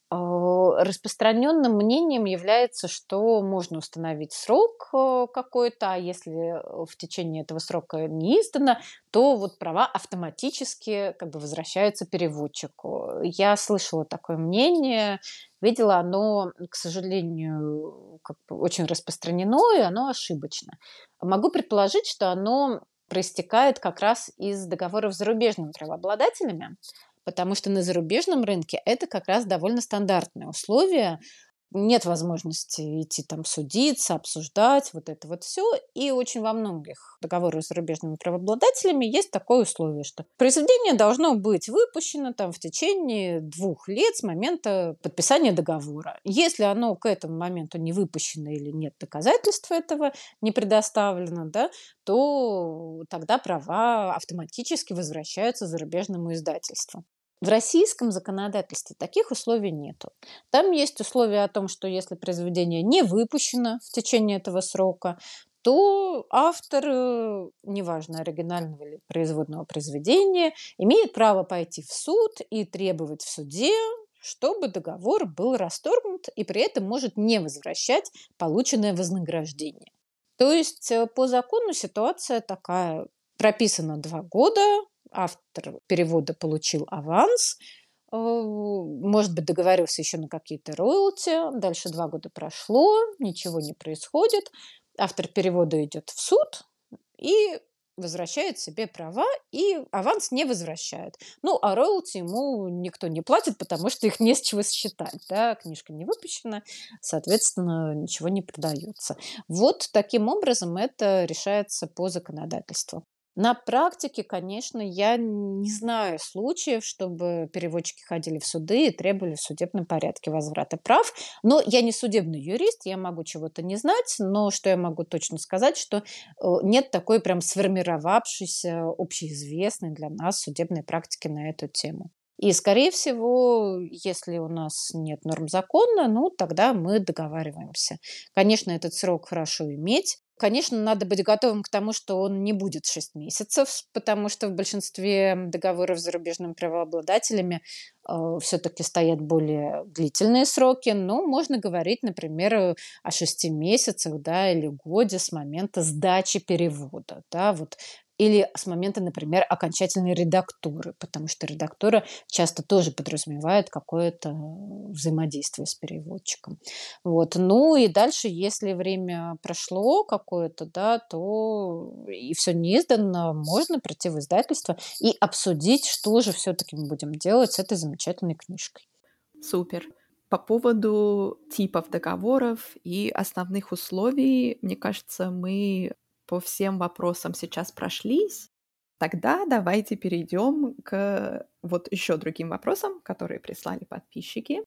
B: Распространенным мнением является, что можно установить срок какой-то, а если в течение этого срока не издано, то вот права автоматически как бы возвращаются переводчику. Я слышала такое мнение, видела оно, к сожалению, как бы очень распространено, и оно ошибочно. Могу предположить, что оно проистекает как раз из договоров с зарубежными правообладателями, потому что на зарубежном рынке это как раз довольно стандартные условия. Нет возможности идти там судиться, обсуждать вот это вот все. И очень во многих договорах с зарубежными правообладателями есть такое условие, что произведение должно быть выпущено там в течение двух лет с момента подписания договора. Если оно к этому моменту не выпущено или нет доказательств этого, не предоставлено, да, то тогда права автоматически возвращаются зарубежному издательству. В российском законодательстве таких условий нету. Там есть условия о том, что если произведение не выпущено в течение этого срока, то автор, неважно, оригинального или производного произведения, имеет право пойти в суд и требовать в суде, чтобы договор был расторгнут, и при этом может не возвращать полученное вознаграждение. То есть по закону ситуация такая. Прописано два года, автор перевода получил аванс, может быть, договорился еще на какие-то роялти, дальше два года прошло, ничего не происходит, автор перевода идет в суд и возвращает себе права, и аванс не возвращает. Ну, а роялти ему никто не платит, потому что их не с чего считать. Да? Книжка не выпущена, соответственно, ничего не продается. Вот таким образом это решается по законодательству. На практике, конечно, я не знаю случаев, чтобы переводчики ходили в суды и требовали в судебном порядке возврата прав. Но я не судебный юрист, я могу чего-то не знать, но что я могу точно сказать, что нет такой прям сформировавшейся, общеизвестной для нас судебной практики на эту тему. И, скорее всего, если у нас нет норм закона, ну, тогда мы договариваемся. Конечно, этот срок хорошо иметь. Конечно, надо быть готовым к тому, что он не будет шесть месяцев, потому что в большинстве договоров с зарубежными правообладателями э, все-таки стоят более длительные сроки. Но можно говорить, например, о шести месяцах, да, или годе с момента сдачи перевода. Да, вот. Или с момента, например, окончательной редактуры, потому что редактура часто тоже подразумевает какое-то взаимодействие с переводчиком. Вот. Ну и дальше, если время прошло какое-то, да, то и все не издано, можно прийти в издательство и обсудить, что же все-таки мы будем делать с этой замечательной книжкой.
A: Супер. По поводу типов договоров и основных условий, мне кажется, мы по всем вопросам сейчас прошлись. Тогда давайте перейдем к вот еще другим вопросам, которые прислали подписчики.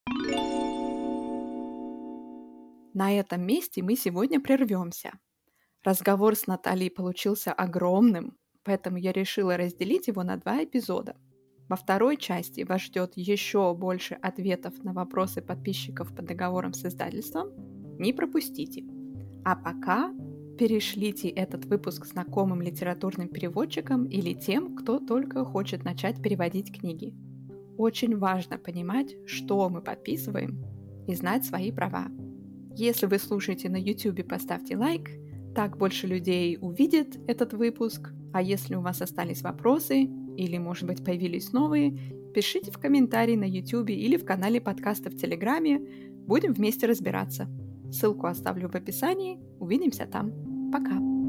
A: На этом месте мы сегодня прервемся. Разговор с Натальей получился огромным, поэтому я решила разделить его на два эпизода. Во второй части вас ждет еще больше ответов на вопросы подписчиков по договорам с издательством. Не пропустите. А пока перешлите этот выпуск знакомым литературным переводчикам или тем, кто только хочет начать переводить книги. Очень важно понимать, что мы подписываем, и знать свои права. Если вы слушаете на YouTube, поставьте лайк, так больше людей увидят этот выпуск. А если у вас остались вопросы или, может быть, появились новые, пишите в комментарии на YouTube или в канале подкаста в Телеграме. Будем вместе разбираться. Ссылку оставлю в описании. Увидимся там. Пока!